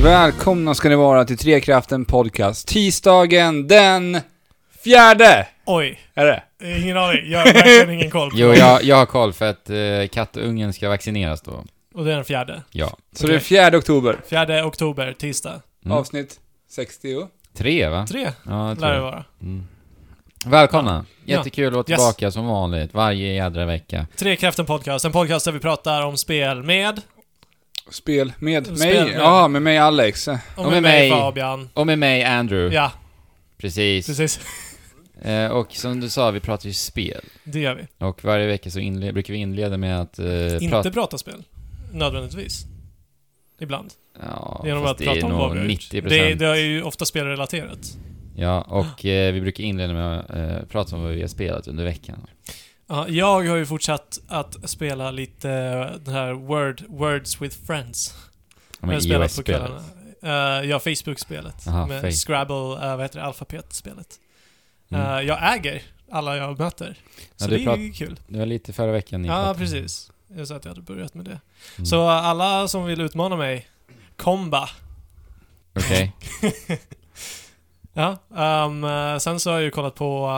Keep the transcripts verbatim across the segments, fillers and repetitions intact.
Välkomna ska ni vara till Trekraften podcast. Tisdagen den fjärde. Oj. Är det? Ingen aning. Jag har verkligen ingen koll på. Jo, jag, jag har koll för att eh, kattungen ska vaccineras då. Och det är den fjärde. Ja. Så okay. Det är fjärde oktober. Fjärde oktober, tisdag. Mm. Avsnitt sextio. Tre, va? Tre, ja, lär det vara. Mm. Välkomna. Ja. Jättekul att vara tillbaka yes. som vanligt. Varje jädra vecka. Trekraften podcast. En podcast där vi pratar om spel med... Spel med spel mig. Med. Ja, med mig Alex. Och med, och med mig Fabian. Och med mig Andrew. Ja. Precis. Precis. eh, och som du sa, vi pratar ju spel. Det gör vi. Och varje vecka så inle- brukar vi inleda med att... Eh, Inte prata... prata spel. Nödvändigtvis. Ibland. Ja, genom att det prata är om nog vad vi nittio procent. det, det är ju ofta spelrelaterat. Ja, och eh, vi brukar inleda med att eh, prata om vad vi har spelat under veckan. Ja, jag har ju fortsatt att spela lite den här Word, Words with Friends. Ja, men jag på kvällarna. Uh, ja, Facebook-spelet. Aha, med Facebook. Scrabble, uh, vad heter det, alfabet-spelet. Uh, Mm. Jag äger alla jag möter. Så Ja, det du är prat- ju kul. Det var lite förra veckan. Ni Ja, pratade. precis. Jag sa att jag hade börjat med det. Mm. Så alla som vill utmana mig, komba. Okej. Okay. Ja, um, sen så har jag ju kollat på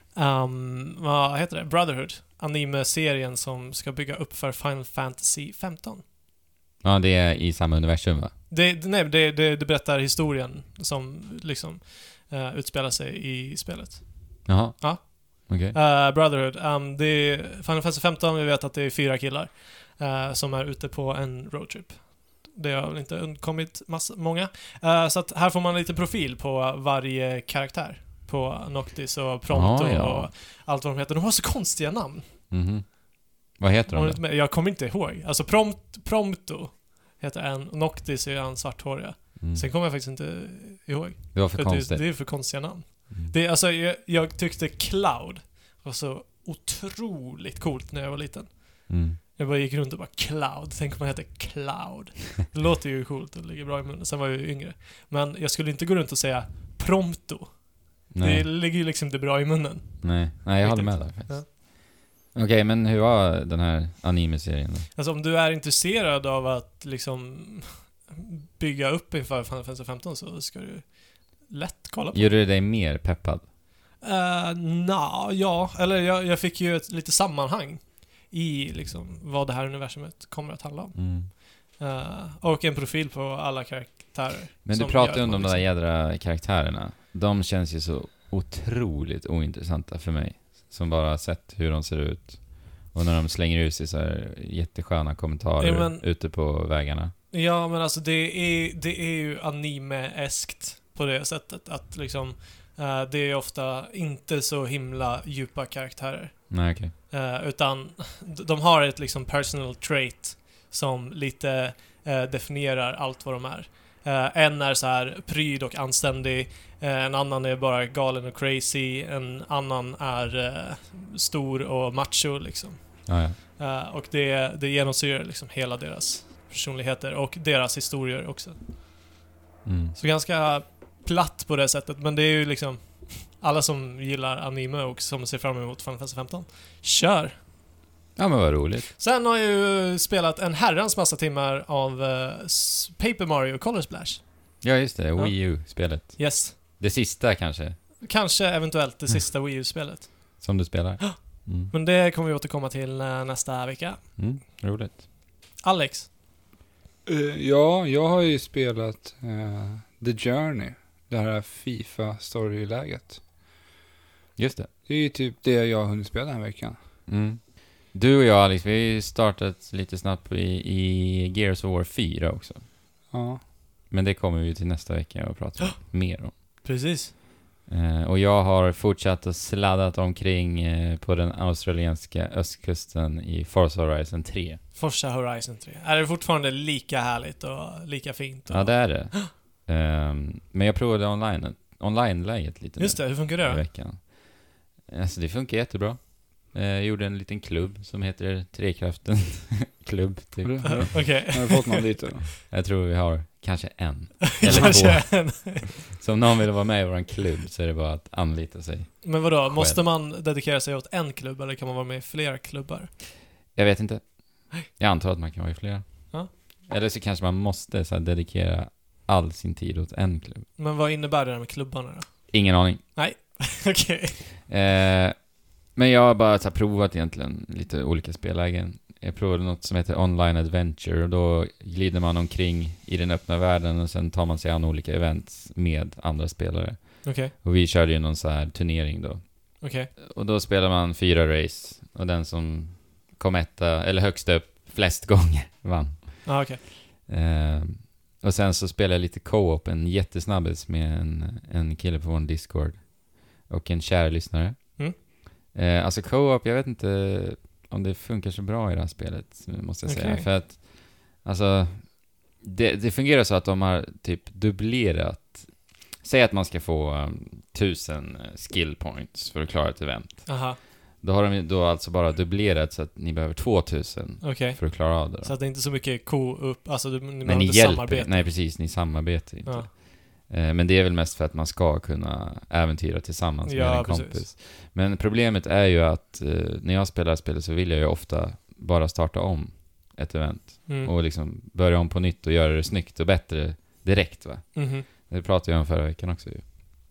um, vad heter det? Brotherhood, anime-serien som ska bygga upp för Final Fantasy femton. Ja, det är i samma universum, va? Det, nej, det, det, det berättar historien som liksom uh, utspelar sig i spelet. Jaha. Ja. Okej. Okay. Uh, Brotherhood, um, det är Final Fantasy femton, vi vet att det är fyra killar uh, som är ute på en roadtrip. Det har väl inte undkommit massa, många. Uh, så att här får man lite profil på varje karaktär. På Noctis och Prompto ah, ja. och allt vad de heter. De har så konstiga namn. Mm-hmm. Vad heter de då? Jag kommer inte ihåg. Alltså Prompt, Prompto heter en. Noctis är en svarthåriga. Mm. Sen kommer jag faktiskt inte ihåg. Det var för, för konstigt. Det, det är för konstiga namn. Mm. Det, alltså, jag, jag tyckte Cloud var så otroligt coolt när jag var liten. Mm. Jag bara gick runt och bara Cloud. Tänk om man heter Cloud. Det låter ju coolt och ligger bra i munnen. Sen var jag ju yngre. Men jag skulle inte gå runt och säga Prompto. Nej. Det ligger ju liksom inte bra i munnen. Nej, Nej jag håller med där faktiskt. Ja. Okej, okay, men hur var den här anime-serien då? Alltså om du är intresserad av att liksom bygga upp inför Final Fantasy femton så ska du lätt kolla på. Gjorde det dig mer peppad? Uh, Nja, ja. Eller jag, jag fick ju ett lite sammanhang i liksom vad det här universumet kommer att handla om. Mm. Uh, och en profil på alla karaktärer. Men du pratar ju om de där jädra karaktärerna. De känns ju så otroligt ointressanta för mig. Som bara har sett hur de ser ut. Och när de slänger ut sig så här jättesköna kommentarer ja, men, ute på vägarna. Ja, men alltså det är, det är ju anime-eskt på det sättet. Att liksom uh, det är ofta inte så himla djupa karaktärer. Nej, okej. Okay. Uh, utan de har ett liksom personal trait som lite uh, definierar allt vad de är. Uh, en är så här pryd och anständig. Uh, en annan är bara galen och crazy. En annan är uh, stor och macho liksom. Ah, ja. uh, och det, det genomsyrar liksom hela deras personligheter och deras historier också. Mm. Så ganska platt på det sättet. Men det är ju liksom alla som gillar anime och som ser fram emot Final Fantasy femton. Kör! Ja, men vad roligt. Sen har jag ju spelat en herrans massa timmar av uh, Paper Mario Color Splash. Ja, just det. Wii U-spelet. Yes. Det sista kanske? Kanske eventuellt det sista Wii U-spelet. Som du spelar? Mm. Men det kommer vi återkomma till uh, nästa vecka. Mm, roligt. Alex? Uh, ja, jag har ju spelat uh, The Journey. Det här FIFA-storyläget. Just det. Det är ju typ det jag har hunnit spela den här veckan. Mm. Du och jag, Alex, vi har ju startat lite snabbt i, i Gears of War fyra också. Ja. Men det kommer vi till nästa vecka och prata mer om. Precis. Eh, och jag har fortsatt att sladdat omkring eh, på den australienska östkusten i Forza Horizon tre. Forza Horizon tre. Är det fortfarande lika härligt och lika fint? Och... Ja, det är det. eh, men jag provade online, online-läget lite. Just det, hur funkar det? I veckan. Alltså, det funkar jättebra. Jag gjorde en liten klubb som heter Trekraften klubb typ. Okej. Okay. Har du fått någon dit då? Jag tror vi har kanske en eller två. En. Så om någon vill vara med i vår klubb så är det bara att anlita sig. Men vadå, själv. Måste man dedikera sig åt en klubb eller kan man vara med i flera klubbar? Jag vet inte. Jag antar att man kan vara i flera. Ja. Eller så kanske man måste så här, dedikera all sin tid åt en klubb. Men vad innebär det där med klubbarna då? Ingen aning. Okej. Eh, men jag har bara så här, provat egentligen lite olika spellägen. Jag provade något som heter Online Adventure och då glider man omkring i den öppna världen och sen tar man sig an olika events med andra spelare. Okej. Och vi körde ju någon så här turnering då. Okej. Och då spelar man fyra race och den som kom etta eller högst upp flest gånger vann. Ja, okej. Eh, och sen så spelade jag lite co-op, en jättesnabbis med en, en kille på vår Discord och en kär lyssnare. Mm. Eh, alltså co-op, jag vet inte om det funkar så bra i det här spelet, måste jag säga. Okej. För att, alltså, det, det fungerar så att de har typ dubblerat. Säg att man ska få um, tusen skill points för att klara ett event. Aha. Då har de då alltså bara dubblerat så att ni behöver tvåtusen Okej. för att klara av det. Då. Så att det är inte så mycket co-upp, alltså du, ni Men behöver ni inte hjälper, samarbeta. nej precis, ni samarbetar inte. Ja. Eh, Men det är väl mest för att man ska kunna äventyra tillsammans Ja, med en precis. kompis. Men problemet är ju att eh, när jag spelar spelet så vill jag ju ofta bara starta om ett event. Mm. Och liksom börja om på nytt och göra det snyggt och bättre direkt, va? Mhm. Det pratade jag om förra veckan också ju.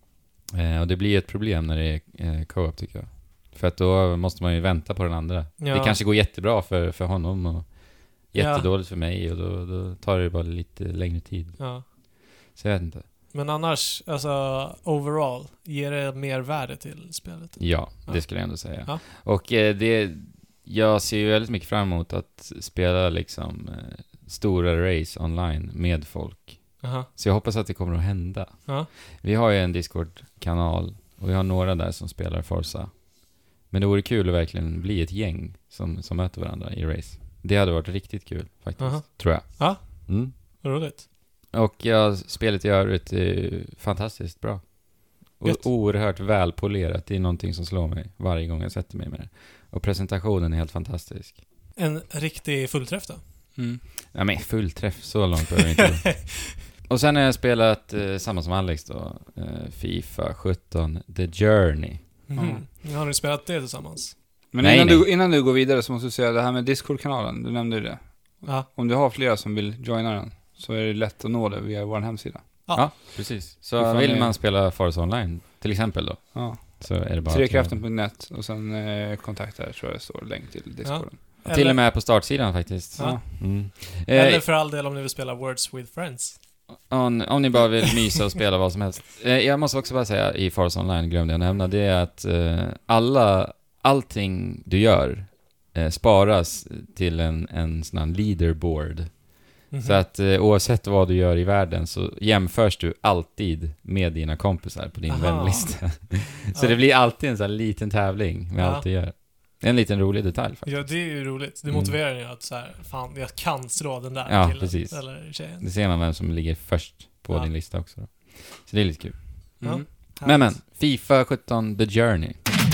Eh, och det blir ett problem när det är eh, co-op, tycker jag. För att då måste man ju vänta på den andra. Ja. Det kanske går jättebra för, för honom och Ja. jättedåligt för mig och då, då tar det bara lite längre tid. Ja. Så jag vet inte. Men annars, alltså overall, ger det mer värde till spelet? Ja, det Ja. skulle jag ändå säga. Ja. Och eh, det, jag ser ju väldigt mycket fram emot att spela liksom eh, stora race online med folk. Aha. Så jag hoppas att det kommer att hända. Ja. Vi har ju en Discord-kanal och vi har några där som spelar Forza. Men det vore kul att verkligen bli ett gäng som, som möter varandra i race. Det hade varit riktigt kul faktiskt, Aha. tror jag. Ja. Mm. Roligt. Och ja, spelet i övrigt är fantastiskt bra. Och Gött. oerhört välpolerat. Det är någonting som slår mig varje gång jag sätter mig med det. Och presentationen är helt fantastisk. En riktig fullträff då? Mm. Ja, men full träff, så långt behöver jag inte gå. Och sen har jag spelat eh, samma som Alex då. Eh, FIFA sjutton The Journey. Mhm. Har ni spelat det tillsammans? Men Nej, innan, nej. Du, innan du går vidare så måste du säga det här med Discord-kanalen. Du nämnde ju det. Ja. Om du har flera som vill joina den så är det lätt att nå det via vår hemsida. Ja. Ja, precis. Så Ifall vill ni- man spela Forza Online, till exempel då, Ja. så är det bara... Trekraften punkt net och sen eh, kontakt här tror jag det står länk till Discorden. Ja, till och med på startsidan faktiskt. Ja. Mm. Eller Eh, för all del om ni vill spela Words with Friends. om, om ni bara vill mysa och spela vad som helst. Eh, jag måste också bara säga, i Forza Online glömde jag nämna, det är att eh, alla, allting du gör eh, sparas till en, en sån här leaderboard. Mhm. Så att eh, oavsett vad du gör i världen så jämförs du alltid med dina kompisar på din Aha. vänlista. så Ja. det blir alltid en sån här liten tävling med Ja. allt du gör. En liten rolig detalj faktiskt. Ja, det är ju roligt. Det Mm. motiverar ju att så här, fan, jag kan slå den där Ja, killen. precis. Eller tjejen. Det ser man vem som ligger först på Ja. din lista också då. Så det är lite kul. Mm. Men men, FIFA sjutton The Journey.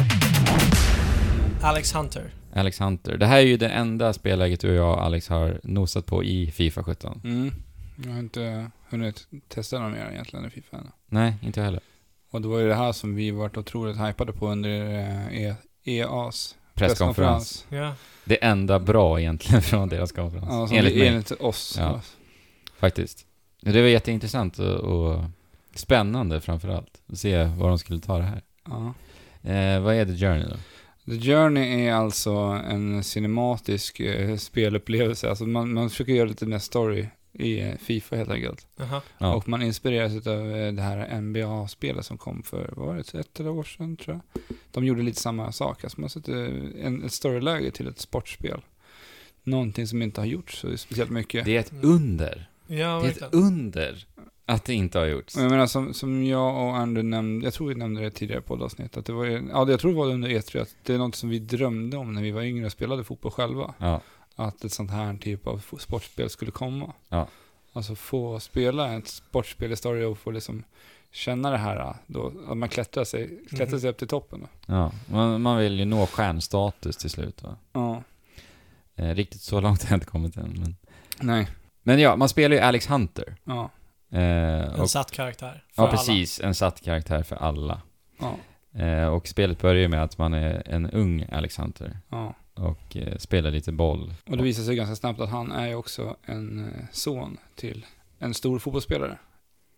Alex Hunter. Alex Hunter. Det här är ju det enda spelläget du och jag, Alex, har nosat på i FIFA sjutton. Mm. Jag har inte hunnit testa någon mer egentligen i FIFA än. Nej, inte jag heller. Och det var ju det här som vi varit otroligt hypade på under eh, E- E A's Presskonferens. Ja. Det enda bra egentligen från deras konferens. Ja, som enligt vi, mig, enligt oss. Ja. faktiskt. Det var jätteintressant och, och spännande framförallt. Att se var de skulle ta det här. Ja. Eh, vad är The Journey då? The Journey är alltså en cinematisk eh, spelupplevelse. Alltså man, man försöker göra lite mer story i eh, FIFA helt enkelt. Aha. Ja. Och man inspireras av eh, det här N B A-spelet som kom för, vad var det, ett eller år sedan tror jag. De gjorde lite samma sak. Alltså man sätter en, ett storyläge till ett sportspel. Någonting som inte har gjorts så speciellt mycket. Det är ett under. Ja, Det är ett verkligen. under att det inte har gjorts. Och jag menar som, som jag och Andrew nämnde, jag tror vi nämnde det tidigare på avsnitt att det var ju- ja, det- jag tror det var under E tre att det är något som vi drömde om när vi var yngre och spelade fotboll själva. Ja, Att ett sånt här typ av fo- sportspel skulle komma. Ja. Alltså få spela ett sportspel i story och få liksom känna det här då, att man klättrar sig, klättrar Mhm. sig upp till toppen. Då. ja. Man, man vill ju nå stjärnstatus till slut, va? Ja, Eh, riktigt så långt har jag inte kommit än. Men, nej, men ja, man spelar ju Alex Hunter. ja, Eh, En och, satt karaktär. För ja, alla. precis. En satt karaktär för alla. ja, Eh, och spelet börjar med att man är en ung Alex Hunter ja. och eh, spelar lite boll. Och det visar sig ganska snabbt att han är ju också en eh, son till en stor fotbollsspelare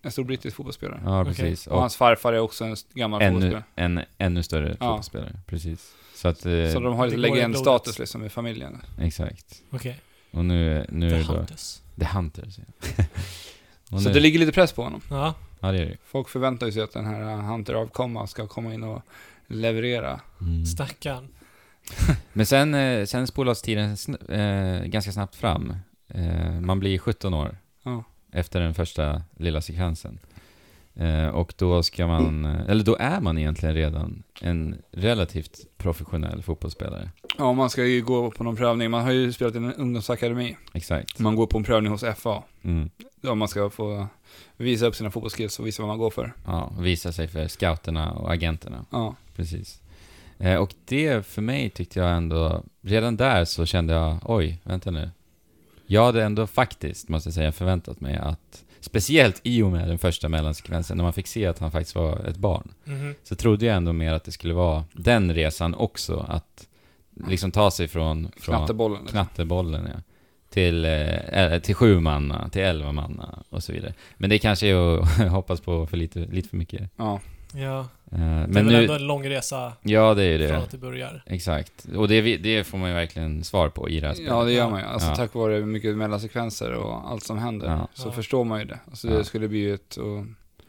En stor brittisk fotbollsspelare. Ja, Okej. precis. Och Och hans farfar är också en gammal ännu, fotbollsspelare. en ännu större Ja. fotbollsspelare, precis. Så att, eh, Så de har det lite går i legendstatus blodet. liksom i familjen. exakt. Okej. Och nu, nu är The det då Hunters. The Hunters. Ja. Och Så nu, det ligger lite press på honom. Ja. ja, det är det. Folk förväntar sig att den här Hunter av Komma ska komma in och leverera. Mm. Stackarn. Men sen, eh, sen spolas tiden sn- eh, ganska snabbt fram. Eh, man blir sjutton år Ja. efter den första lilla sekvensen. Eh, och då ska man, eh, eller då är man egentligen redan en relativt professionell fotbollsspelare. Ja, man ska ju gå på någon prövning. Man har ju spelat i en ungdomsakademi. Exakt. Man går på en prövning hos F A. Mm. Där man ska få visa upp sina fotbollsskills och visa vad man går för. Ja, visa sig för scouterna och agenterna. Ja. Precis. Eh, och det för mig tyckte jag ändå, redan där så kände jag, oj, vänta nu. Jag hade ändå faktiskt, måste jag säga, förväntat mig att, speciellt i och med den första mellansekvensen, när man fick se att han faktiskt var ett barn, Mhm. så trodde jag ändå mer att det skulle vara den resan också, att liksom ta sig från, från Knattebollen. Liksom. knattebollen, ja, till, eh, till sju manna, till elva manna och så vidare. Men det kanske är att hoppas på för lite, lite för mycket. Ja. Ja. Eh, Det är men väl nu, ändå en lång resa ja, det är ju från det. att det börjar. Exakt. Och det, vi- det får man ju verkligen svar på i det här spelet. Ja, det gör man ju. Alltså Ja. tack vare mycket mellansekvenser och allt som händer Ja. så Ja. förstår man ju det. Alltså Ja. det skulle bli ju ett och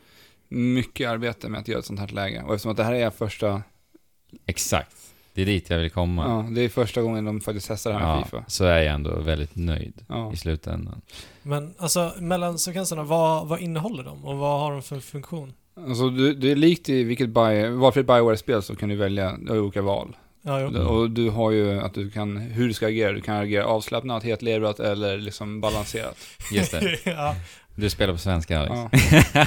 mycket arbete med att göra ett sånt här läge. Och eftersom att det här är första, Exakt. Det är dit jag vill komma. ja, det är första gången de faktiskt testar det här med Ja, FIFA. så är jag ändå väldigt nöjd Ja. i slutändan. Men alltså, mellansekvenserna, vad, vad innehåller de? Och vad har de för funktion? Alltså du, det är likt i vilket Bio, varför Bioware-spel så kan du välja, du har olika val. Ja, jo. Mm. Och du har ju att du kan, hur du ska agera. Du kan agera avslappnat, helt leverat eller liksom balanserat. Just det. ja. Du spelar på svenska, Alex. Ja.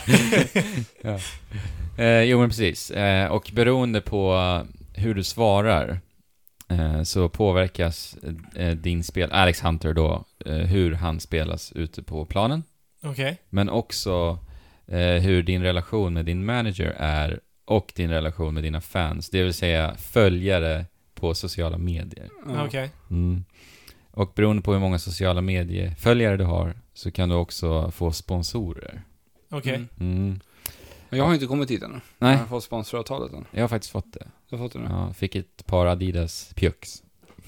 ja. eh, jo, men precis. Eh, och beroende på hur du svarar eh, så påverkas eh, din spel, Alex Hunter då, eh, hur han spelas ute på planen. Okej. Men också eh, hur din relation med din manager är och din relation med dina fans. Det vill säga följare på sociala medier. Ja. Okej. Mm. Och beroende på hur många sociala medieföljare du har så kan du också få sponsorer. Okej. Mm. Mm. Jag har inte kommit hit ännu. Nej, Jag har fått sponsoravtalet än. jag har faktiskt fått det. Du har fått det nu? Ja, fick ett par Adidas Pjux.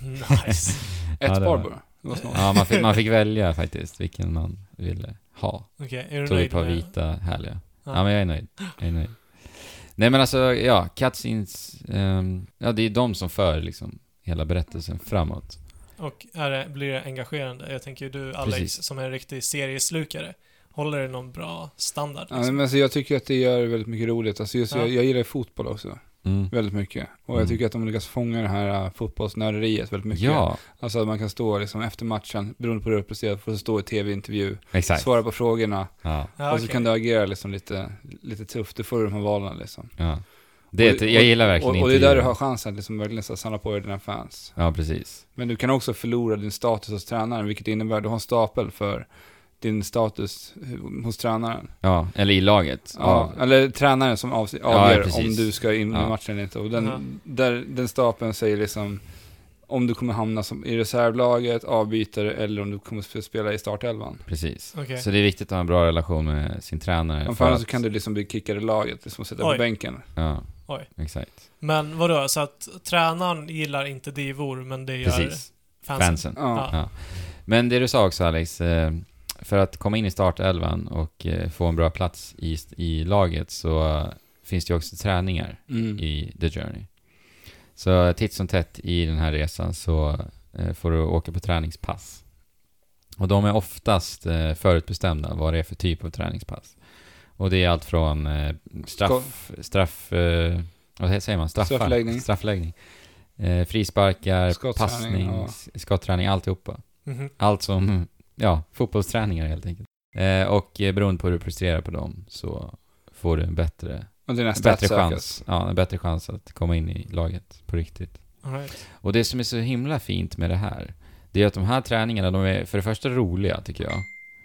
Nice. Ett Ja, det par var- bara. Det var snart. Ja, man fick, man fick välja faktiskt vilken man ville ha. Okej, är du Tog ett nöjd par med... vita, härliga. Ja. Ja, men jag är nöjd. Jag är nöjd. Nej, men alltså, ja, cutscenes, ehm, ja, det är de som för liksom hela berättelsen framåt. Och är det, blir det engagerande? Jag tänker ju du, Alex, Precis. som är en riktig serieslukare. Håller det någon bra standard? Ja, Liksom? men alltså, jag tycker att det gör väldigt mycket roligt. Alltså, just, Ja. jag, jag gillar fotboll också. Mm. Väldigt mycket. Och Mm. jag tycker att de lyckas fånga det här uh, fotbollsnörderiet väldigt mycket. Ja, Alltså att man kan stå liksom efter matchen, beroende på hur du har presterat, får stå i tv-intervju, exakt. svara på frågorna. Ja, Ja, och så okej. kan du agera liksom lite, lite tufft. Du får de här valen liksom. ja. Det, Och- jag gillar verkligen och, och det är där du intervjuer. har chansen liksom, verkligen så att samla på dig dina fans. Ja, precis. Men du kan också förlora din status hos tränaren, vilket innebär att du har en stapel för din status hos tränaren. Ja, eller i laget. Ja, Ja, eller tränaren som avs- avgör precis. om du ska in i Ja. matchen eller inte. Och den, Ja. där, den stapeln säger liksom om du kommer hamna som i reservlaget, avbytare eller om du kommer spela i startelvan. precis. Okej. Så det är viktigt att ha en bra relation med sin tränare. Om för för att- så kan du liksom bli kickad i laget, liksom sätta Oj. på bänken. Ja, Oj. exakt. Men vadå, så att tränaren gillar inte divor, men det gör Precis. fansen? Fansen. Ja. Ja. Men det du sa också, Alex, eh, för att komma in i startelvan och eh, få en bra plats i, i laget så eh, finns det ju också träningar Mm. i The Journey. Så titt som tätt i den här resan så eh, får du åka på träningspass. Och de är oftast eh, förutbestämda vad det är för typ av träningspass. Och det är allt från eh, straff, straff eh, vad säger man? Straffar. Straffläggning. Straffläggning. Eh, frisparkar, Skotträning, passning, ja. s- skotträning, alltihopa. Mhm. Allt som, ja, fotbollsträningar helt enkelt. Eh, och eh, beroende på hur du presterar på dem så får du en bättre, Och dina en stats bättre ökas. chans. Ja, en bättre chans att komma in i laget på riktigt. All right. Och det som är så himla fint med det här, det är att de här träningarna, de är för det första roliga tycker jag.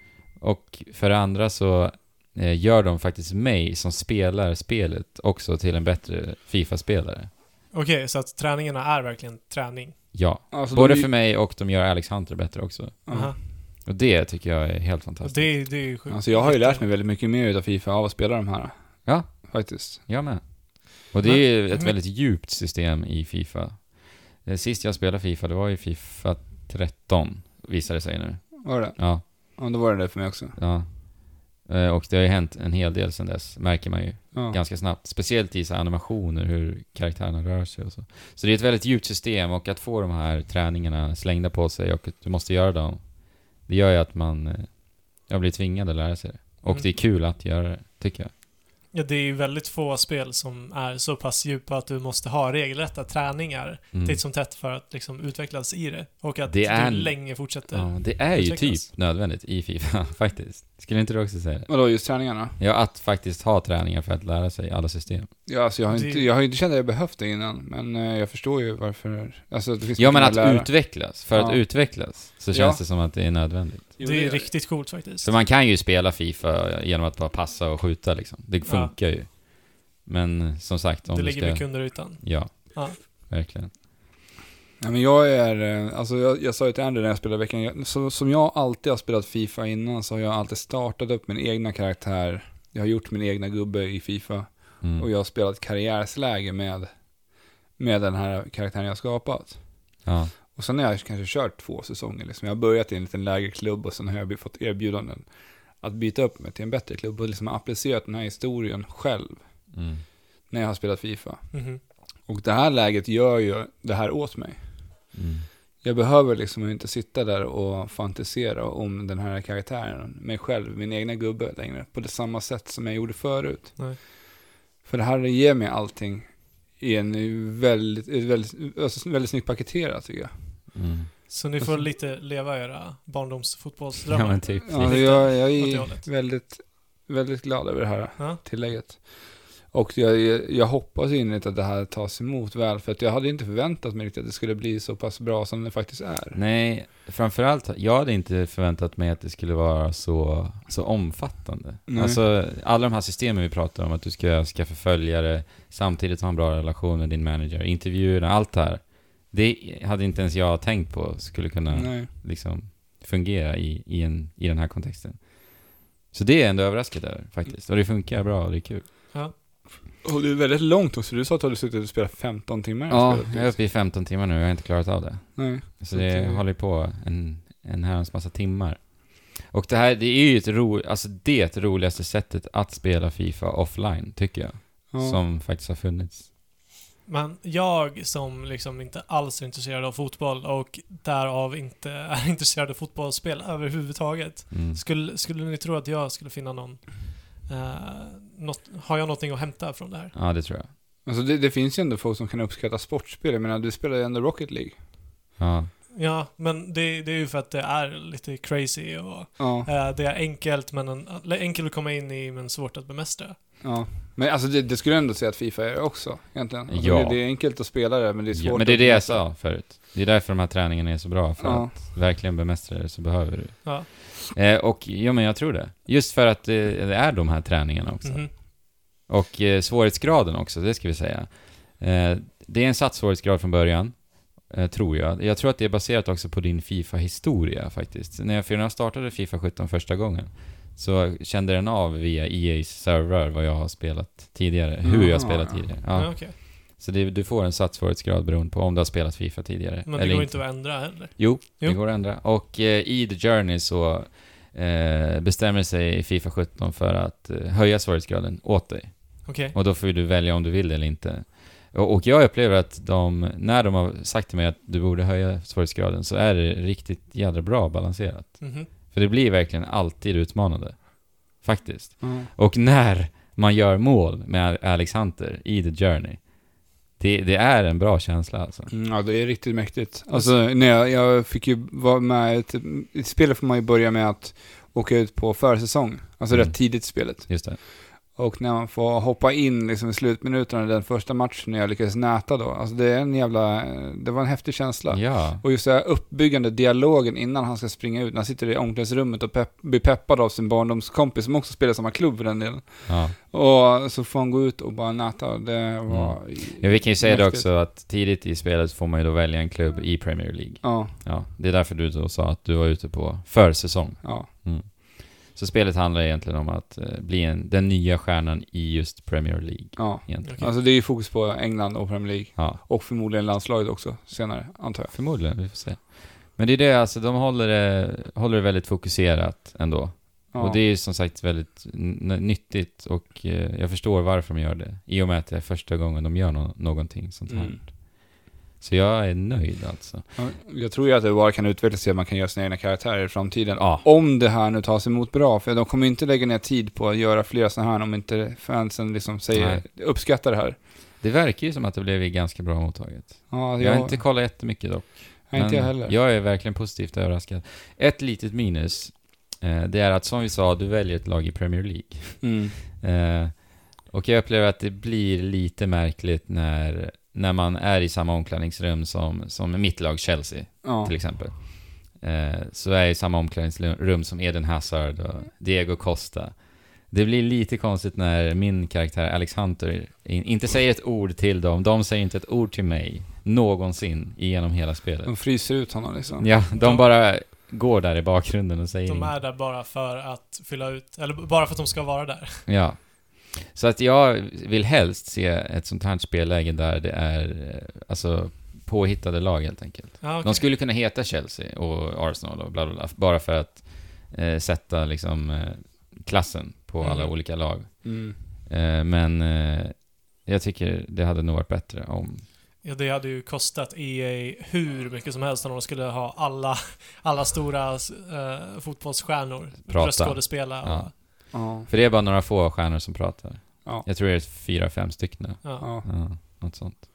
Och för det andra så eh, gör de faktiskt mig som spelar spelet också till en bättre FIFA-spelare. Okej, så att träningarna är verkligen träning? Ja. Alltså, Både de- för mig och de gör Alex Hunter bättre också. Ja. Aha. Och det tycker jag är helt fantastiskt. Det, det är ju sjukt. Alltså jag har ju lärt mig väldigt mycket mer av FIFA av att spela de här. Ja. Faktiskt. Jag med. Och det är ju ett väldigt djupt system i FIFA. Sist jag spelade FIFA, det var ju FIFA tretton, visade det sig nu. Var det? Ja. Ja, då var det det för mig också. Ja. Och det har ju hänt en hel del sedan dess, märker man ju. Ja. Ganska snabbt. Speciellt i så animationer, hur karaktärerna rör sig och så. Så det är ett väldigt djupt system, och att få de här träningarna slängda på sig och att du måste göra dem, det gör ju att man jag blir tvingad att lära sig det. Och Mm. det är kul att göra det, tycker jag. Ja, det är ju väldigt få spel som är så pass djupa att du måste ha regelrätta träningar Mm. titt som tätt för att liksom utvecklas i det. Och att Det är- du länge fortsätter. Ja, det är ju utvecklas. typ nödvändigt i FIFA, faktiskt. Skulle inte du också säga det? Vadå, just träningarna? Ja, att faktiskt ha träningar för att lära sig alla system. Ja, alltså jag har Det- inte, jag har inte känt att jag behövt det innan, men eh, jag förstår ju varför. Alltså, det finns Ja, mycket men att lära. utvecklas. För Ja. att utvecklas så Ja. känns det som att det är nödvändigt. Jo, Det är det- riktigt coolt faktiskt. För man kan ju spela FIFA genom att bara passa och skjuta liksom. Det funkar ju. Men som sagt, om det du ligger ska... mycket under ytan. Ja, Ja. verkligen. Ja, men jag är, eh, alltså jag, jag sa ju till Andrew när jag spelade veckan, jag, så, som jag alltid har spelat FIFA innan, så har jag alltid startat upp min egna karaktär. Jag har gjort min egna gubbe i FIFA. Mm. Och jag har spelat karriärsläge med, med den här karaktären jag har skapat. Ja. Och sen har jag kanske kört två säsonger. Liksom. Jag har börjat i en liten lägre klubb och sen har jag fått erbjudanden att byta upp mig till en bättre klubb och liksom applicerat den här historien själv Mm. när jag har spelat FIFA. Mhm. Och det här läget gör ju det här åt mig. Mm. Jag behöver liksom inte sitta där och fantisera om den här karaktären, mig själv, min egna gubbe längre, på det samma sätt som jag gjorde förut. Nej. För det här ger mig allting i en väldigt, ett väldigt, alltså väldigt snyggt paketerat, tycker jag. Mm. Så ni får Alltså- lite leva era Ja, barndomsfotbollsdrömmar. men typ. Ja, Lite jag, jag åt det är hållet. väldigt, väldigt glad över det här Ja. tillägget. Och jag, jag, jag hoppas innerligt att det här tas emot väl, för att jag hade inte förväntat mig riktigt att det skulle bli så pass bra som det faktiskt är. Nej, framförallt, jag hade inte förväntat mig att det skulle vara så, så omfattande. Nej. Alltså, alla de här systemen vi pratar om, att du ska skaffa följare, samtidigt ha en bra relation med din manager, intervjuerna, allt det här. Det hade inte ens jag tänkt på skulle kunna Nej. liksom fungera i, i, en, i den här kontexten. Så det är ändå överraskat över, faktiskt. Och det funkar bra och det är kul. Ja. Och det är väldigt långt också. Du sa att du hade suttit och spelat femton timmar. Ja, spelet. jag är uppe i femton timmar nu och jag har inte klarat av det. Nej. Så det håller på en, en herrans massa timmar. Och det här, det är ju ett ro, alltså det roligaste sättet att spela FIFA offline, tycker jag. Ja. Som faktiskt har funnits. Men jag som liksom inte alls är intresserad av fotboll och därav inte är intresserad av fotbollsspel överhuvudtaget. Mm. Skulle, skulle ni tro att jag skulle finna någon... Uh, något, har jag någonting att hämta från det här? Ja, det tror jag. Alltså det, det finns ju ändå folk som kan uppskatta sportspel. Jag menar, du spelar ju ändå Rocket League. Ja. Ja, men det, det är ju för att det är lite crazy och Ja, eh, det är enkelt men en, enkelt att komma in i men svårt att bemästra. ja. Men alltså det, det skulle jag ändå säga att FIFA är också, egentligen. Alltså Ja. det, det är enkelt att spela det, men det är svårt Ja, men det är att det jag bemästra. sa förut. Det är därför de här träningarna är så bra. För Ja. att verkligen bemästra det så behöver du. Ja. Eh, och ja, men jag tror det. Just för att eh, det är de här träningarna också. Mhm. Och eh, svårighetsgraden också, det ska vi säga. Eh, det är en satt svårighetsgrad från början, eh, tror jag. Jag tror att det är baserat också på din FIFA-historia faktiskt. När jag, för när jag startade FIFA sjutton första gången så kände den av via E A's servrar vad jag har spelat tidigare. Hur jag har spelat Jaha. tidigare. Ja. Ja. okej. Så det, du får en satt svårighetsgrad beroende på om du har spelat FIFA tidigare. Men det går inte att ändra heller. Jo, Jo. det går att ändra. Och eh, i The Journey så eh, bestämmer sig FIFA sjutton för att eh, höja svårighetsgraden åt dig. Okej. Och då får du välja om du vill det eller inte. Och, och jag upplever att de, när de har sagt till mig att du borde höja svårighetsgraden så är det riktigt jädra bra balanserat. Mhm. För det blir verkligen alltid utmanande. Faktiskt. Ja. Och när man gör mål med Alex Hunter i The Journey, det, det är en bra känsla alltså. Mm, ja, det är riktigt mäktigt. Alltså, när jag, jag fick ju vara med i ett, i spelet får man ju börja med att åka ut på försäsong. Alltså Mm. rätt tidigt i spelet. Just det. Och när man får hoppa in liksom i slutminuterna i den första matchen när jag lyckades näta då. Alltså det är en jävla, det var en häftig känsla. Ja. Och just det här uppbyggande dialogen innan han ska springa ut. När han sitter i omklädningsrummet och pepp, blir peppad av sin barndomskompis som också spelar samma klubb för den delen. Ja. Och så får han gå ut och bara näta. Det var... Mm. Ja, vi kan ju säga det mäktigt. också att tidigt i spelet får man ju då välja en klubb i Premier League. Ja, Ja, det är därför du då sa att du var ute på försäsong. ja. Mm. Så spelet handlar egentligen om att eh, bli en, den nya stjärnan i just Premier League. Ja. Egentligen. Okej. Alltså det är ju fokus på England och Premier League. Ja, Och förmodligen landslaget också senare, antar jag. förmodligen, vi får se. Men det är det, alltså de håller det, håller det väldigt fokuserat ändå. Ja. Och det är ju som sagt väldigt n- nyttigt och eh, jag förstår varför de gör det. I och med att det är första gången de gör no- någonting sånt här. Mm. Så jag är nöjd alltså. Ja, jag tror ju att det bara kan utvecklas till att man kan göra sina egna karaktärer i framtiden. Ja. Om det här nu tas emot bra. För de kommer inte lägga ner tid på att göra flera sådana här om inte fansen liksom säger, Nej. uppskattar det här. Det verkar ju som att det blev ganska bra mottaget. Ja, Jag har inte kollat jättemycket dock. Nej, inte jag Men heller. Jag är verkligen positivt överraskad. Ett litet minus, eh, det är att som vi sa, du väljer ett lag i Premier League. Mm. Eh, och jag upplever att det blir lite märkligt när, när man är i samma omklädningsrum som, som mitt lag Chelsea, Ja. till exempel. Eh, så är jag i samma omklädningsrum som Eden Hazard och Diego Costa. Det blir lite konstigt när min karaktär Alex Hunter in, inte säger ett ord till dem. De säger inte ett ord till mig någonsin genom hela spelet. De fryser ut honom liksom. Ja, de, De- bara går där i bakgrunden och säger De inget. är där bara för att fylla ut, eller bara för att de ska vara där. Ja. Så att jag vill helst se ett sånt här spelläge där det är eh, alltså påhittade lag helt enkelt. Ja, okej. De skulle kunna heta Chelsea och Arsenal och bla bla bla, bara för att eh, sätta liksom eh, klassen på Mm. alla olika lag. Mm. Eh, men eh, jag tycker det hade nog varit bättre om... Ja, det hade ju kostat E A hur mycket som helst om de skulle ha alla, alla stora uh, fotbollsstjärnor Prata. röstskådespela. Och, Ja. Ja. För det är bara några få stjärnor som pratar. Ja. Jag tror det är fyra, fem stycken. ja. Ja. Ja, något sånt.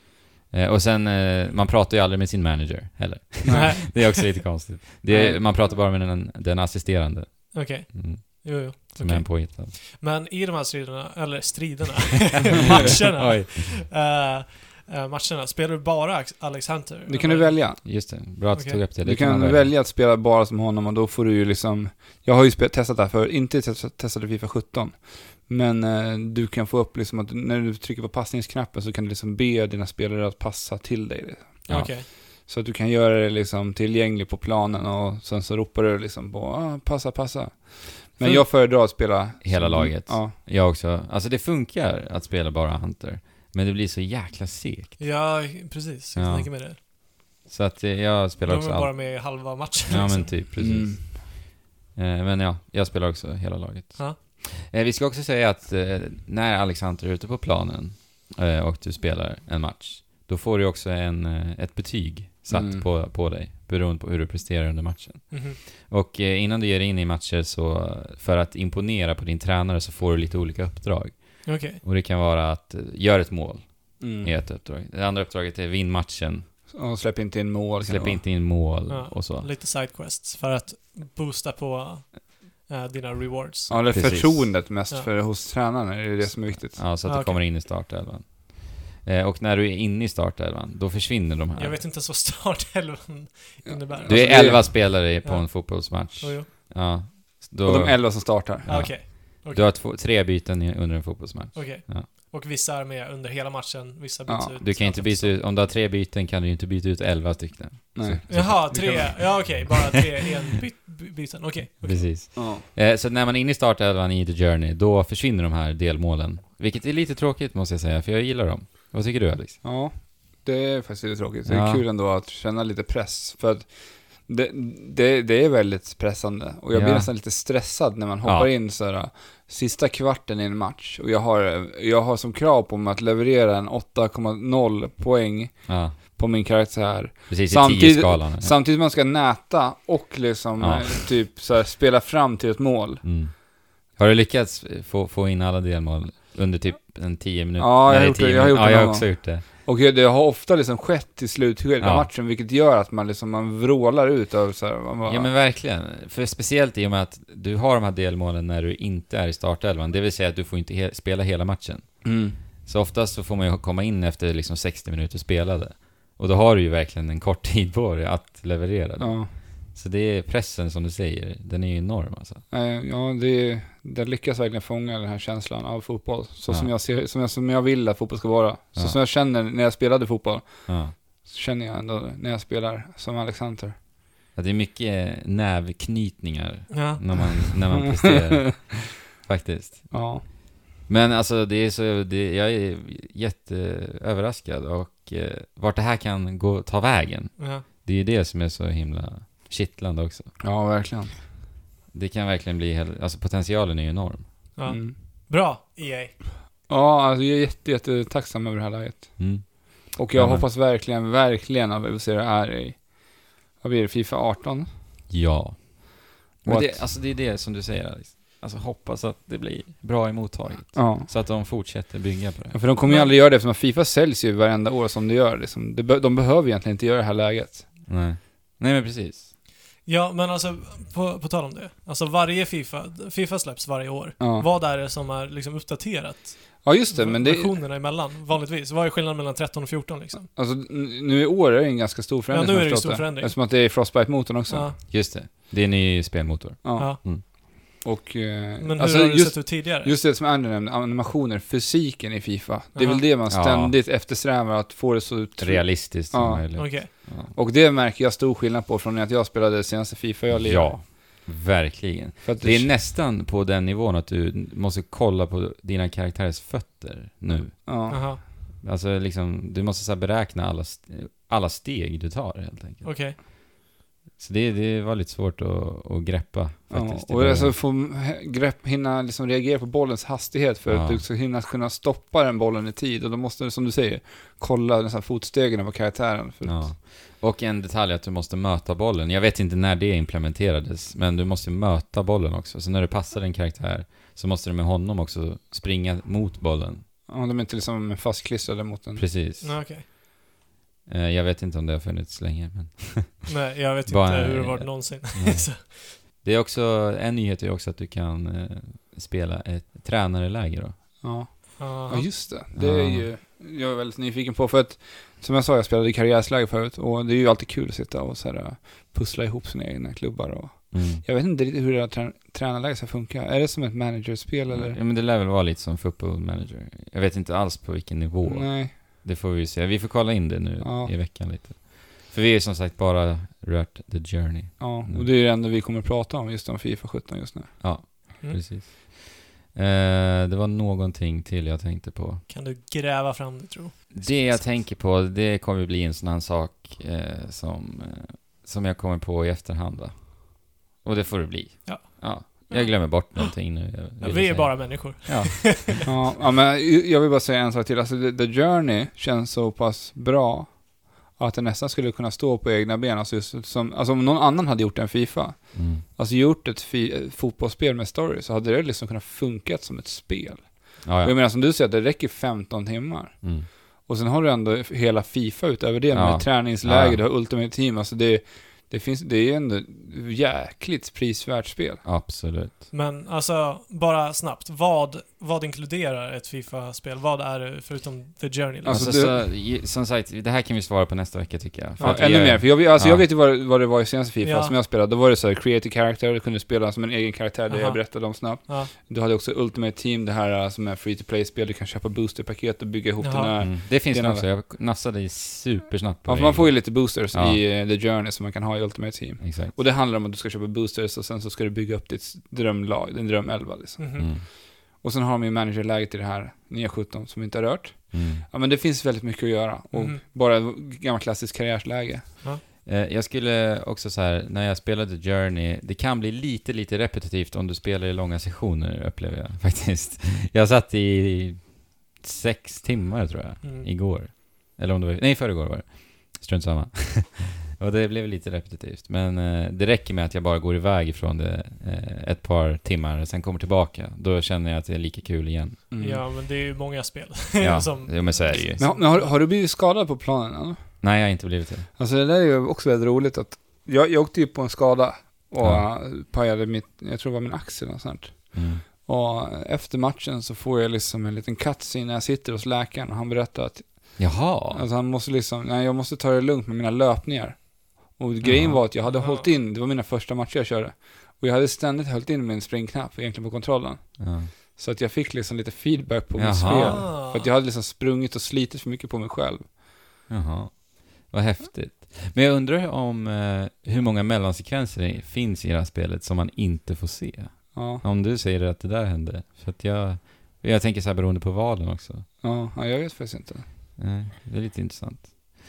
Eh, och sen, eh, man pratar ju aldrig med sin manager heller. Nej, Det är också lite konstigt. Det är, Nej. man pratar bara med den, den assisterande. okej. Mm, Jo, jo. som Okej. är en påhittad. Men i de här striderna, eller striderna, matcherna, Oj, eh, eh, matcherna, spelar du bara Alex Hunter? Det kan du Eller? välja. just det. Bra att du Okej. tog upp det. det Du kan man välja att spela bara som honom och då får du ju liksom... Jag har ju spel, testat det här för, inte testat, testat i FIFA sjutton. Men eh, du kan få upp liksom att när du trycker på passningsknappen så kan du liksom be dina spelare att passa till dig. Ja. Okej. Så att du kan göra det liksom tillgänglig på planen och sen så ropar du liksom på ah, passa, passa. Men Fun- jag föredrar att spela... Hela som- laget. Ja. Jag också. Alltså det funkar att spela bara Hunter. Men det blir så jäkla segt. Ja, precis. Jag Ja. tänker mig det. Så att eh, jag spelar De också är allt. bara med i halva matchen. Ja liksom. men typ, precis. Mm. Eh, men ja, jag spelar också hela laget. Ja. Eh, vi ska också säga att eh, när Alexander är ute på planen eh, och du spelar en match, då får du också en, eh, ett betyg satt Mm. på, på dig, beroende på hur du presterar under matchen. Mhm. Och eh, innan du ger dig in i matcher så, för att imponera på din tränare så får du lite olika uppdrag. Okej. Och det kan vara att eh, göra ett mål, Mm. är ett uppdrag. Det andra uppdraget är vinn matchen, Och släpp inte in mål. kan det släpp vara. inte in mål Ja, och så. Lite sidequests för att boosta på eh, dina rewards. Ja, det är Precis. förtroendet mest Ja. för hos tränaren är det det som är viktigt. Ja, så att Ah, du okej. kommer in i startelvan. Eh, och när du är inne i startelvan, då försvinner de här. Jag vet inte ens vad startelvan innebär. Du Alltså, är det är- elva spelare på Ja. en fotbollsmatch. Jo, jo. Ja. Då, Och de elva som startar. Ja. Okej. Okej. Du har två, tre byten i- under en fotbollsmatch. Okej. Ja. Och vissa är med under hela matchen, vissa byts Ja, ut. Du kan inte byta ut, om du har tre byten kan du ju inte byta ut elva stycken. Nej. Så- Jaha, Du tre. kan- Ja, okej. Bara tre en by, by, byten. Okej. okej. Precis. Ja. Eh, så när man är inne i startelvan i The Journey, då försvinner de här delmålen. Vilket är lite tråkigt måste jag säga, för jag gillar dem. Vad tycker du, Alex? Ja, det är faktiskt lite tråkigt. Det är Ja. kul ändå att känna lite press. För att det, det, det är väldigt pressande. Och jag blir Ja. nästan lite stressad när man hoppar Ja. in så här, sista kvarten i en match. Och jag har, jag har som krav på mig att leverera en åtta komma noll poäng Ja, på min karaktär. precis i Samtidigt- tio-skalan. Ja. Samtidigt som man ska näta och liksom Ja. eh, typ så här, spela fram till ett mål. Mm. Har du lyckats få, få in alla delmål under typ en tio minuter? Ja, jag har Nej, gjort det. tio Jag har minuter. gjort det Ja, jag har någon också gjort det. Och det har ofta liksom skett i slutskedet av Ja. matchen, vilket gör att man liksom man vrålar ut av så här, man bara, Ja men verkligen, för speciellt i och med att du har de här delmålen när du inte är i startelvan, det vill säga att du får inte he- spela hela matchen. mm. Så oftast så får man ju komma in efter liksom sextio minuter spelade. Och då har du ju verkligen en kort tid på dig att leverera det. Ja. Så det är pressen som du säger, den är ju enorm alltså. Eh, Ja, det, det lyckas verkligen fånga den här känslan av fotboll. Så Ja. som, jag ser, som, jag, som jag vill att fotboll ska vara. Så Ja. som jag känner när jag spelade fotboll, Ja. så känner jag ändå när jag spelar som Alex Hunter. Ja, det är mycket nävknytningar Ja. när man, när man presterar, faktiskt. Ja. Men alltså det är så, det, jag är jätteöverraskad och eh, vart det här kan gå, ta vägen. Ja. Det är ju det som är så himla kittlande också. Ja, verkligen. Det kan verkligen bli, hel- alltså potentialen är ju enorm. Ja. Mm. Bra, E A. Ja, alltså jag är jätte, jätte tacksam över det här läget. Mm. Och jag Ja, men- hoppas verkligen, verkligen att vi ser det här i, vad blir det, FIFA arton? Ja. Men Och det, att- alltså det är det som du säger, Alex. Alltså hoppas att det blir bra emottaget. Ja. Så att de fortsätter bygga på det. Ja, för de kommer ju aldrig göra det, eftersom att FIFA säljs ju varenda år som det gör. Liksom. Det be- de behöver egentligen inte göra det här läget. Nej. Nej men precis. Ja, men alltså, på, på tal om det. Alltså varje FIFA, FIFA släpps varje år. Ja, Vad är det som är liksom uppdaterat? ja just det, men det, Versionerna emellan, vanligtvis. Vad är skillnaden mellan tretton och fjorton liksom? alltså, n- nu i år är det en ganska stor förändring. Ja, nu som är jag det en förstått stor förändring. Eftersom att det är Frostbite-motorn också. Ja, Just det. Det är en ny spelmotor. Ja. ja. Och, eh, Men hur alltså, har det just, sett ut tidigare? just det som Andrew nämnde, animationer, fysiken i FIFA. Det är Aha. väl det man Ja. ständigt eftersträvar, att få det så ut. Realistiskt Ja. som möjligt. Okej. Ja. Och det märker jag stor skillnad på från att jag spelade det senaste FIFA jag lirade. Ja, verkligen. För att Det är nästan på den nivån att du måste kolla på dina karaktärers fötter nu. Ja. Aha, Alltså liksom, du måste så här beräkna alla, st- alla steg du tar helt enkelt. okej. Så det, det var lite svårt att, att greppa Ja, faktiskt. i och början. alltså få he- grepp, hinna liksom reagera på bollens hastighet för Ja. att du ska hinna kunna stoppa den bollen i tid. Och då måste du, som du säger, kolla nästan fotstegen på karaktären. För Ja. Och en detalj är att du måste möta bollen. Jag vet inte när det implementerades, men du måste möta bollen också. Så när du passar en karaktär så måste du med honom också springa mot bollen. ja, de är inte liksom fastklistrade mot den. Precis. Ja, okej. Eh, Jag vet inte om det har funnits länge, men Nej, jag vet Bara- inte hur det varit någonsin. Nej. Så, det är också, en nyhet är också att du kan eh, spela ett tränareläge då. Ja. aha. ja, just det. Det är Ja. ju jag är väldigt nyfiken på. För att, som jag sa, jag spelade i karriärsläge förut. Och det är ju alltid kul att sitta och så här, pussla ihop sina egna klubbar. Och Mm. jag vet inte riktigt hur det här trä- tränarläge ska funka. Är det som ett managerspel eller? Ja, men det lär väl vara lite som football manager. Jag vet inte alls på vilken nivå. Nej. Det får vi se. Vi får kolla in det nu Ja. i veckan lite. För vi är som sagt bara rört the journey. Ja, Mm. och det är det enda vi kommer att prata om just om FIFA sjutton just nu. Ja, Mm. precis. Eh, det var någonting till jag tänkte på. Kan du gräva fram det, tror Det jag tänker på, det kommer bli en sån här sak eh, som, eh, som jag kommer på i efterhand, va? Och det får det bli. Ja. ja. Jag glömmer bort någonting nu. jag Ja, ville vi är säga. bara människor. Ja. Ja, ja, men jag vill bara säga en sak till. Alltså, The, The Journey känns så pass bra att det nästan skulle kunna stå på egna ben. Alltså, just som, alltså om någon annan hade gjort en FIFA, Mm. alltså gjort ett fi, fotbollsspel med story, så hade det liksom kunnat funka som ett spel. Ja, Och jag ja. menar, som du säger, det räcker femton timmar. Mm. Och sen har du ändå hela FIFA utöver det, Ja. med träningsläger, Ja. du har Ultimate Team. Alltså det, det, finns, det är ändå jäkligt prisvärt spel. Absolut. Men alltså, bara snabbt. Vad, vad inkluderar ett FIFA-spel? Vad är det förutom The Journey? Liksom? Alltså, Alltså, det- så, i- som sagt, det här kan vi svara på nästa vecka tycker jag. För Ja, att vi ännu är- mer, för jag, alltså Ja. jag vet ju vad, vad det var i senaste FIFA Ja. som jag spelade. Då var det så här creative character, du kunde spela som en egen karaktär, det Aha. jag berättade om snabbt. Ja. Du hade också Ultimate Team, det här uh, som är free to play-spel, du kan köpa boosterpaket och bygga ihop Jaha. den här. Mm. Det finns Det det är också, jag nassade supersnabbt på Ja, det. för man får ju lite boosters Ja. i uh, The Journey som man kan ha i Ultimate Team. Exakt. Och det handlar om att du ska köpa boosters och sen så ska du bygga upp ditt drömlag, din drömelva liksom. Mhm. Mm. Och sen har de ju managerläget i det här nya sjutton som vi inte har rört. Mm. Ja, men det finns väldigt mycket att göra. Och Mhm. bara ett gammalt klassiskt karriärsläge. Eh, Jag skulle också så här, när jag spelade Journey, det kan bli lite, lite repetitivt om du spelar i långa sessioner, upplever jag faktiskt. Jag satt i sex timmar tror jag, Mm. igår. Eller om det var, nej förrgår var det. Strunt samma. Och det blev lite repetitivt. Men eh, det räcker med att jag bara går iväg ifrån det eh, ett par timmar och sen kommer tillbaka. Då känner jag att det är lika kul igen. Mm. Ja, men det är ju många spel. Ja, som... ja men så är det ju. Men, men har, har du blivit skadad på planen? Eller? Nej, jag har inte blivit det. Alltså det där är ju också väldigt roligt att jag, jag åkte ju på en skada och Ja. pajade mitt, jag tror det var min axel och sånt. Mm. Och efter matchen så får jag liksom en liten cutscene när jag sitter hos läkaren och han berättar att Jaha. alltså han måste liksom, nej, jag måste ta det lugnt med mina löpningar. Och grejen Ja. var att jag hade Ja. hållit in, det var mina första matcher jag körde. Och jag hade ständigt hållit in min springknapp egentligen på kontrollen. Ja. Så att jag fick liksom lite feedback på Jaha. mitt spel. Ah. För att jag hade liksom sprungit och slitit för mycket på mig själv. Jaha. Vad häftigt. Men jag undrar om eh, hur många mellansekvenser det finns i det här spelet som man inte får se. Ja, Om du säger att det där hände. För att jag, jag tänker så här beroende på valen också. ja, ja jag vet faktiskt inte. Nej, det är lite intressant.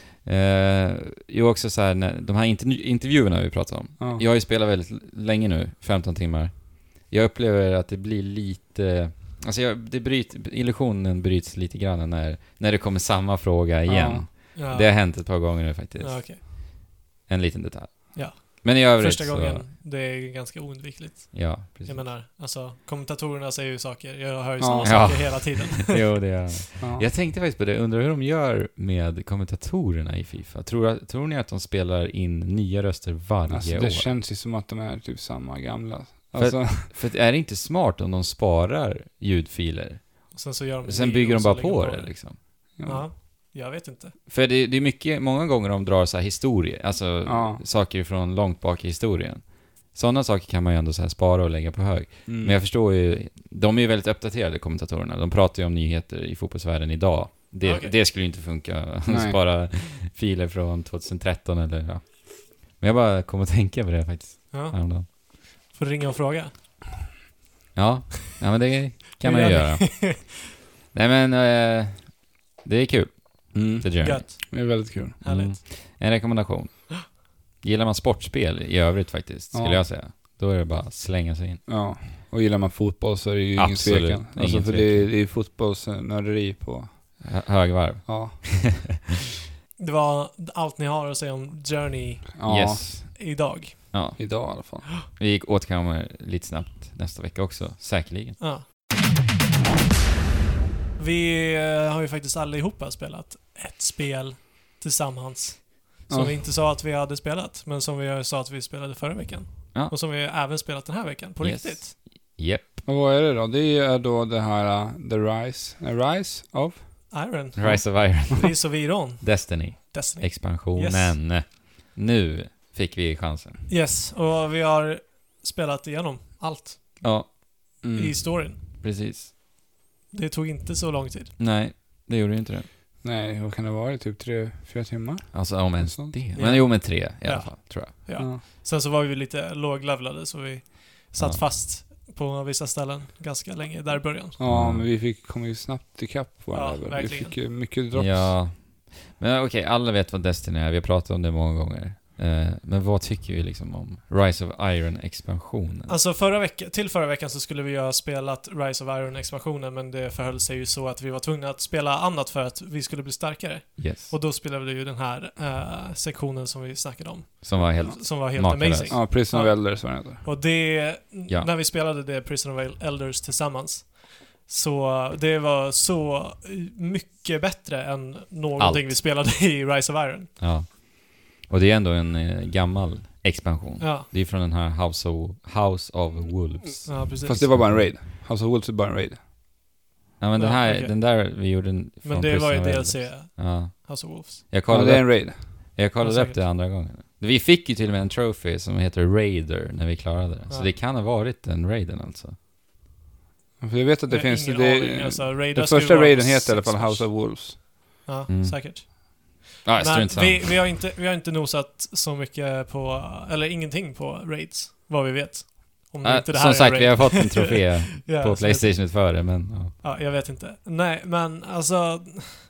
Eh, jo, också så här, när, de här intervju- intervjuerna vi pratar om. Ja. Jag har ju spelat väldigt länge nu, femton timmar. Jag upplever att det blir lite... Alltså, jag, det bryt, illusionen bryts lite grann när, när det kommer samma fråga igen. Ja. Det har hänt ett par gånger nu faktiskt. Ja, okej. En liten detalj. Ja. Men i övrigt Första så... gången, det är ganska oundvikligt. Ja, precis. Jag menar, alltså, kommentatorerna säger ju saker. Jag hör ju Ja. samma Ja. saker hela tiden. Jo, det är... Ja. Jag tänkte faktiskt på det. Undrar hur de gör med kommentatorerna i FIFA. Tror, tror ni att de spelar in nya röster varje Alltså år? det känns ju som att de är typ samma gamla. Alltså, För är det inte smart om de sparar ljudfiler? Och sen så gör de Sen video bygger de och så bara lägger på de det liksom. ja. Ja, jag vet inte. För det, det är mycket, många gånger de drar så här historier, alltså Ja. saker från långt bak i historien. Sådana saker kan man ju ändå så här spara och lägga på hög. Mm. Men jag förstår ju, de är ju väldigt uppdaterade kommentatorerna. De pratar ju om nyheter i fotbollsvärlden idag. Det, Okej. det skulle ju inte funka att Nej. spara filer från tjugohundratretton eller ja. Men jag bara kom att tänka på det faktiskt. Ja, Häromdagen. får ringa och fråga. Ja, ja men det kan man ju Hur gör göra. Nej men, eh, det är kul. Mm. The Journey. Gött. Det är väldigt kul. Härligt. Mm. En rekommendation. Gillar man sportspel i övrigt faktiskt, skulle Ja. jag säga. Då är det bara att slänga sig in. Ja, och gillar man fotboll så är det ju ingen Absolut, tvekan. Alltså ingen för det är, det är fotbollsnörderi på, Hö- Högvarv. ja. Det var allt ni har att säga om Journey Ja, Yes. idag. Ja. idag i alla fall. Vi återkommer lite snabbt nästa vecka också, säkerligen. Ja. Vi eh, har ju faktiskt allihopa spelat ett spel tillsammans. Som Ja. vi inte sa att vi hade spelat, men som vi sa att vi spelade förra veckan. Ja. Och som vi även spelat den här veckan, på Yes. riktigt. Yep. Och vad är det då? Det är då det här uh, The Rise, uh, Rise of? Iron. Rise of Iron. Ris och Viron. Destiny. Destiny. Expansionen. Nu fick vi chansen. Yes, och vi har spelat igenom allt Ja, Mm. i storyn. precis. Det tog inte så lång tid. Nej, det gjorde ju inte det. Nej, vad kan det vara? Typ tre, fyra timmar? Alltså om ens Sånt. det. Ja. Men jo, men tre i Ja. alla fall, tror jag. Ja. Sen så var vi lite låglevlade, så vi satt Ja. fast på vissa ställen ganska länge där i början. Ja, Mm. men vi fick, kom ju snabbt ikapp på Ja, det där. Vi verkligen. fick ju mycket drops. Ja. Men okej, alla vet vad Destiny är. Vi har pratat om det många gånger. Eh, men vad tycker vi liksom om Rise of Iron-expansionen? Alltså förra veckan, till förra veckan så skulle vi ha spelat Rise of Iron-expansionen, men det förhöll sig ju så att vi var tvungna att spela annat för att vi skulle bli starkare. Yes. Och då spelade vi ju den här eh, sektionen som vi snackade om, Som var helt... som var helt Makalös. amazing. Ja, Prison of Ja. Elders var det heter. Och det, Ja. när vi spelade det Prison of Elders tillsammans, så det var så mycket bättre än någonting Allt. vi spelade i Rise of Iron. Ja. Och det är ändå en eh, gammal expansion. Ja, Det är från den här House of, House of Wolves. ja precis. Fast det var bara en raid. House of Wolves är bara en raid. Ja, men den Ja, här, okej. den där vi gjorde en från Men det Prison var ju of D L Elders. C, Ja. House of Wolves. Jag Ja, kollade, det är en upp, raid. jag kollade Ja, upp säkert. det andra gången. Vi fick ju till och med en trophy som heter Raider när vi klarade det. Så Ja. det kan ha varit den raiden alltså. För jag vet att det Jag har finns... ingen Det, aning, alltså, Raiders den ska ju första vara raiden på heter i alla sex fall House pers. of Wolves. Ja, Mm. säkert. Ja, Men strunt samma. vi, vi, har inte, vi har inte nosat så mycket på, eller ingenting på raids, vad vi vet. Om Äh, inte det här som är sagt, raid. vi har fått en trofé Ja, på så Playstation före, men ja. Ja, jag vet inte. Nej, men alltså...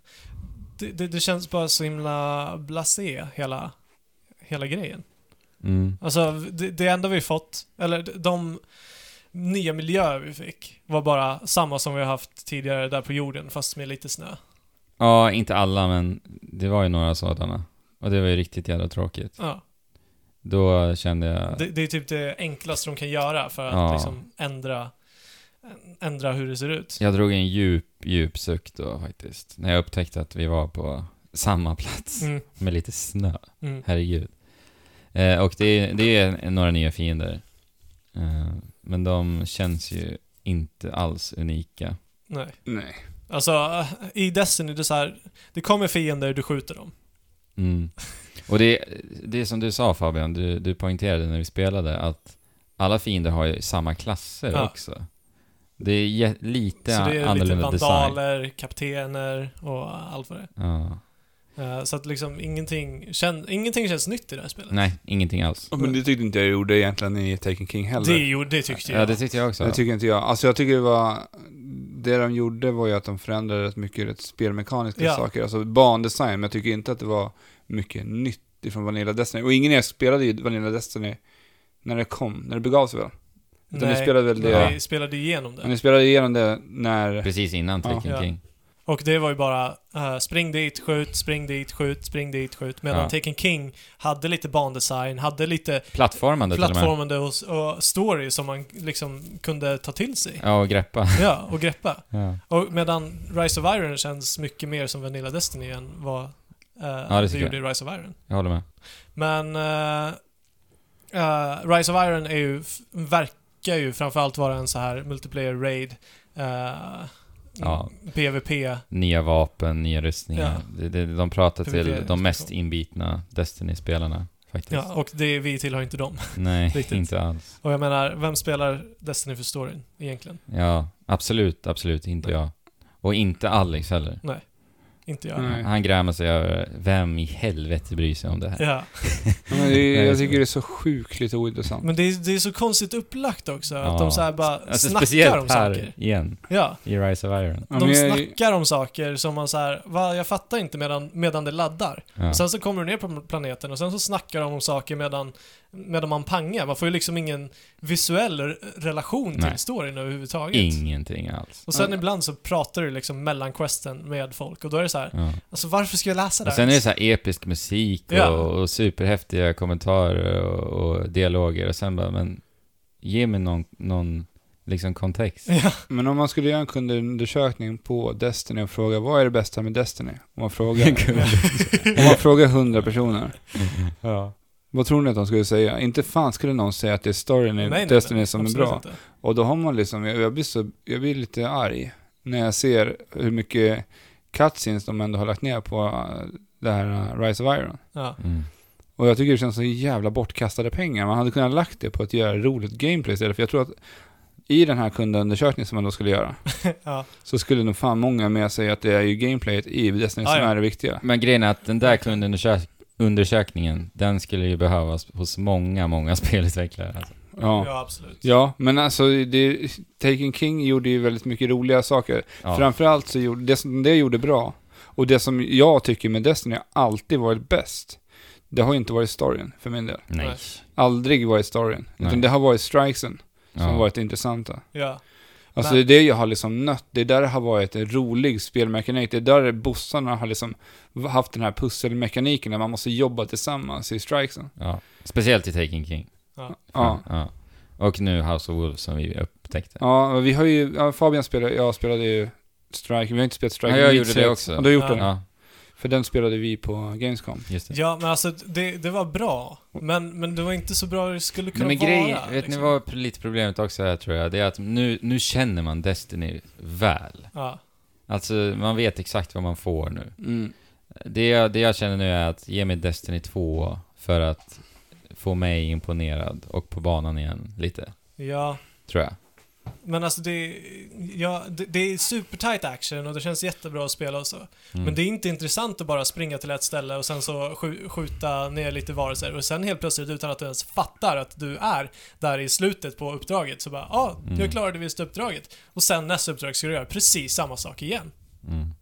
Det, det, det känns bara så himla blasé, hela, hela grejen. Mm. Alltså, det, det enda vi fått, eller de nya miljöer vi fick, var bara samma som vi har haft tidigare där på jorden, fast med lite snö. Ja, inte alla, men det var ju några sådana. Och det var ju riktigt jävla tråkigt. Ja. Då kände jag... Det, det är typ det enklaste de kan göra för att Ja. liksom ändra, ändra hur det ser ut. Jag drog en djup, djup suck då faktiskt. När jag upptäckte att vi var på samma plats. Mm. Med lite snö. Mm. Herregud. Eh, och det är, det är några nya fiender. Eh, men de känns ju inte alls unika. Nej. Nej. Alltså, i Destiny, det är så här, det kommer fiender, du skjuter dem. Mm. Och det, det är som du sa Fabian, du, du poängterade när vi spelade att alla fiender har ju samma klasser Ja. också. Det är jä- lite Så det är lite annorlunda design. vandaler, kaptener och allt vad det är. Ja. Uh, så att liksom ingenting, kän, ingenting känns nytt i det här spelet. Nej, ingenting alls. Ja, men det tyckte inte jag gjorde egentligen i Taken King heller. Det, jo, det tyckte jag. Ja, det tyckte jag också. Det tycker inte jag. Alltså jag tycker det var... Det de gjorde var ju att de förändrade rätt mycket rätt spelmekaniska Ja. saker. Alltså bandesign, men jag tycker inte att det var mycket nytt ifrån Vanilla Destiny. Och ingen av er spelade ju Vanilla Destiny när det kom, när det begav sig väl? Utan ni spelade väl det... vi spelade igenom det. Men ni spelade igenom det när... Precis innan Taken Ja. King. Och det var ju bara uh, spring dit, skjut, spring dit, skjut, spring dit, skjut. Medan Ja. Taken King hade lite bandesign, hade lite Plattformande till och med. plattformande och, och story som man liksom kunde ta till sig. Ja, och greppa. Ja, och greppa. Ja. Och medan Rise of Iron känns mycket mer som Vanilla Destiny än vad uh, det det tycker gjorde i Rise of Iron. Jag håller med. Men uh, uh, Rise of Iron är ju, f- verkar ju framförallt vara en så här multiplayer raid, uh, Ja. PvP. Nya vapen, nya rustningar. Ja. Det, det, de pratar P V P, till de mest inbitna Destiny-spelarna faktiskt. Ja, och det, vi tillhör inte dem. Nej, Riktigt. inte alls. Och jag menar, vem spelar Destiny för storyn egentligen? Ja, absolut, absolut, inte jag. Och inte Alex heller. Nej, inte jag. Nej. Han grämer sig över vem i helvete bryr sig om det här. Ja. Ja, men det, jag tycker det är så sjukligt ointressant. Men det är, det är så konstigt upplagt också, Ja. att de så här bara Alltså snackar speciellt om här saker. igen, Ja, i Rise of Iron. Ja, de men jag- snackar om saker som man så här, va, jag fattar inte medan, medan det laddar. Ja. Och sen så kommer du ner på planeten och sen så snackar de om saker medan, medan man pangar. Man får ju liksom ingen visuell r- relation till Nej. storyn överhuvudtaget. Ingenting alls. Och sen Ja. ibland så pratar du liksom mellan questen med folk och då är det så här, Ja. alltså varför ska jag läsa det Och här? sen är det så här episk musik och, Ja. och superhäftiga kommentarer och, och dialoger och sen bara, men ge mig någon, någon liksom kontext. Ja, Men om man skulle göra en kundundersökning på Destiny och fråga vad är det bästa med Destiny? Om man frågar, om man frågar hundra personer, Ja. vad tror ni att de skulle säga? Inte fan skulle någon säga att det är storyn i nej, nej, Destiny nej, som är absolut bra. inte. Och då har man liksom, jag, jag, blir så, jag blir lite arg när jag ser hur mycket cutscenes de ändå har lagt ner på uh, det här uh, Rise of Iron. Ja. Mm. Och jag tycker det känns så jävla bortkastade pengar. Man hade kunnat lagt det på att göra roligt gameplay istället. För jag tror att i den här kundundersökningen som man då skulle göra Ja. så skulle nog fan många med sig att det är ju gameplayet i Destiny Ja, som ja. är det viktiga. Men grejen är att den där kundundersökningen, den skulle ju behövas hos många, många spelutvecklare. Alltså. Ja. Ja, absolut. Ja, men alltså det, Taken King gjorde ju väldigt mycket roliga saker. Ja. Framförallt så gjorde det som det gjorde bra och det som jag tycker med Destiny har alltid varit bäst. Det har ju inte varit storyn för min del. Nej. Nej. Aldrig varit storyn. Nej. Utan det har varit strikesen som Ja. varit intressanta. Ja. Alltså Men- det är det jag har liksom nött. Det är där det har varit en rolig spelmekanik. Det är där bossarna har liksom haft den här pusselmekaniken där man måste jobba tillsammans i strikesen. Ja. Speciellt i Taken King. Ja. Ja. Ja. Och nu House of Wolves som vi upptäckte. Ja, och vi har ju, ja, Fabian spelade, jag spelade ju Strike, vi har inte spelat Strike. Ja, jag Elite gjorde det Set. också. Och du har gjort Ja. det? Ja, För den spelade vi på Gamescom. just det. Ja, men alltså det, det var bra. Men, men det var inte så bra det skulle kunna Nej, men vara. grejen, vet liksom. ni vad lite problemet också är tror jag? Det är att nu, nu känner man Destiny väl. Ja. Alltså man vet exakt vad man får nu. Mm. Det jag, det jag känner nu är att ge mig Destiny två för att få mig imponerad och på banan igen lite, Ja. tror jag. Men alltså det, ja, det, det är supertight action och det känns jättebra att spela och så. Mm. Men det är inte intressant att bara springa till ett ställe och sen så skj- skjuta ner lite varelser och sen helt plötsligt utan att du ens fattar att du är där i slutet på uppdraget så bara, ja, ah, Mm. jag klarade visst uppdraget. Och sen nästa uppdrag ska du göra precis samma sak igen. Mm.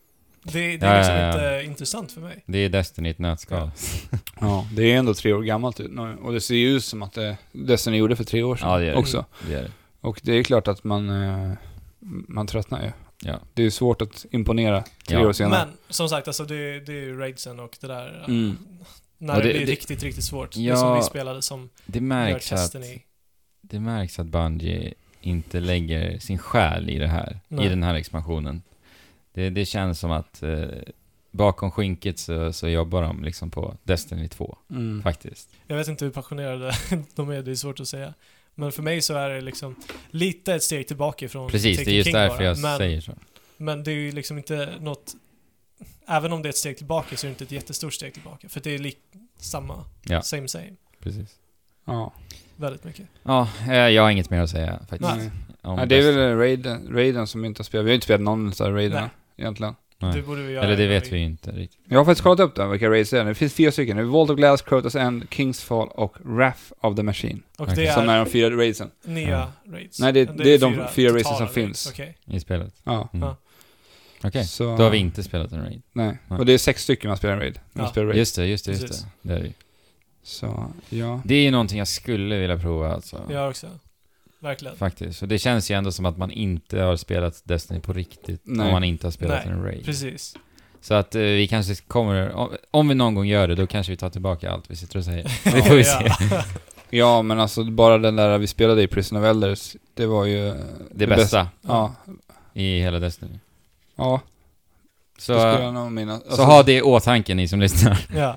Det, det Ja, är liksom ja, ja. inte intressant för mig. Det är Destiny i ett nötskal. Ja, det är ändå tre år gammalt nu. Och det ser ju ut som att det Destiny gjorde för tre år sedan Ja, det är det. också. Det är det. Och det är klart att man, eh, man tröttnar ju. Ja. Det är ju svårt att imponera tre Ja. år senare. Men som sagt, alltså, det, det är ju raidsen och det där. Mm. När Och det, det- blir det- riktigt, riktigt svårt. Ja, det som vi spelade som Det gör märks att Destiny. det märks att Bungie inte lägger sin själ i det här, Nej. i den här expansionen. Det, det känns som att eh, bakom skynket så, så jobbar de liksom på Destiny två, Mm. faktiskt. Jag vet inte hur passionerade de är, det är svårt att säga. Men för mig så är det liksom lite ett steg tillbaka ifrån Precis, Taken det är just King därför bara. jag men, säger så. Men det är ju liksom inte något... Även om det är ett steg tillbaka så är det inte ett jättestort steg tillbaka. För det är lik, samma, Ja, same same. precis. Ja. Väldigt mycket. Ja, eh, jag har inget mer att säga faktiskt. Nej. Om Nej, det är Destiny. väl Raiden, Raiden som inte har spelat. Vi har inte spelat någon av Raiderna Nej. egentligen. Nej. Det borde vi göra. Eller det när vet vi ju inte riktigt. Jag har faktiskt kollat upp det, vilka raids det är. Det finns fyra stycken. Det är Vault of Glass, Crotos End, King's Fall och Wrath of the Machine. Och Okej. det är, Som är de fyra raidsen. nya Ja. raids. Nej, det- Men det är de fyra raidsen totala som finns. raids. Okej. I spelet. Ja. Mm. Ja. Okej, Så, då har vi inte spelat en raid. Nej. Nej. Och det är sex stycken man spelar en raid. Man Ja. spelar raid. Just det, just det, just Precis. det. Det är, det. Så, ja. det är ju någonting jag skulle vilja prova alltså. Jag också. Verkligen. Faktiskt. Och det känns ju ändå som att man inte har spelat Destiny på riktigt Nej. om man inte har spelat Nej, en raid. Precis. Så att eh, vi kanske kommer, om, om vi någon gång gör det, då kanske vi tar tillbaka allt vi sitter och säger. Det får vi se. Ja. Ja, men alltså bara den där vi spelade i Prison of Elders, det var ju... Det, Det bästa Ja. i hela Destiny. Ja, Så, det skulle jag nog minnas. Alltså, så ha det i åtanke ni som lyssnar. Ja.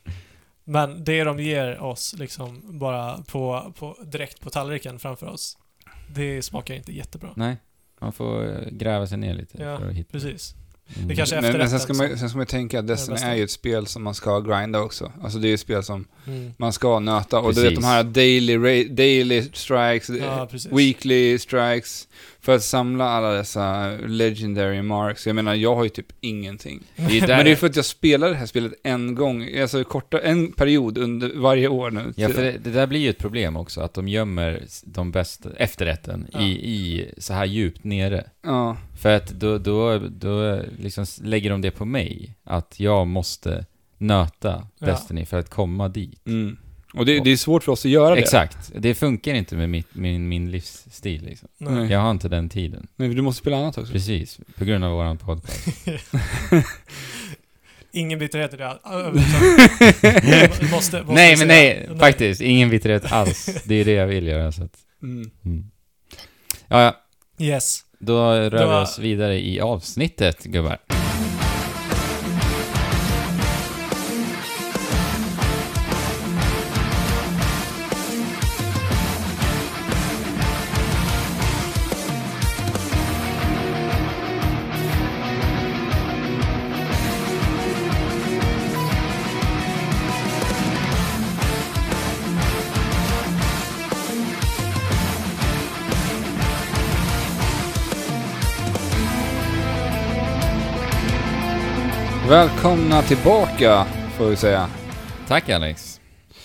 Men det de ger oss liksom bara på, på, direkt på tallriken framför oss, det smakar inte jättebra. Nej, man får eh, gräva sig ner lite Ja, för att hitta. Precis. Mm. Det kanske är men, men sen efterrätten ska, man, som- sen ska man tänka att Destiny bästa. är ju ett spel som man ska grinda också. Alltså det är ju ett spel som Mm. man ska nöta. Och du vet Precis. de här daily, ra- daily strikes, Ja, eh, precis. weekly strikes, för att samla alla dessa legendary marks. Jag menar, jag har ju typ ingenting. Det är där, Men det är för att jag spelar det här spelet en gång, alltså korta, en period under varje år nu. ja, för det, det där blir ju ett problem också, att de gömmer de bästa efterrätten Ja. i, i så här djupt nere. Ja, För att då, då, då liksom lägger de det på mig, att jag måste nöta Ja. Destiny för att komma dit. mm. Och det, det är svårt för oss att göra det. Exakt. Det funkar inte med mitt, min, min livsstil liksom. Nej. Jag har inte den tiden. Men du måste spela annat också. Precis, på grund av våran podcast. Ingen bitterhet i det här. överhuvudtaget. måste, måste nej, men säga. nej, faktiskt. Ingen bitterhet alls. Det är det jag vill göra. Så att, Mm. mm. Ja, ja. Yes. Då rör Det vi var- oss vidare i avsnittet, gubbar. Välkomna tillbaka, får vi säga. Tack, Alex.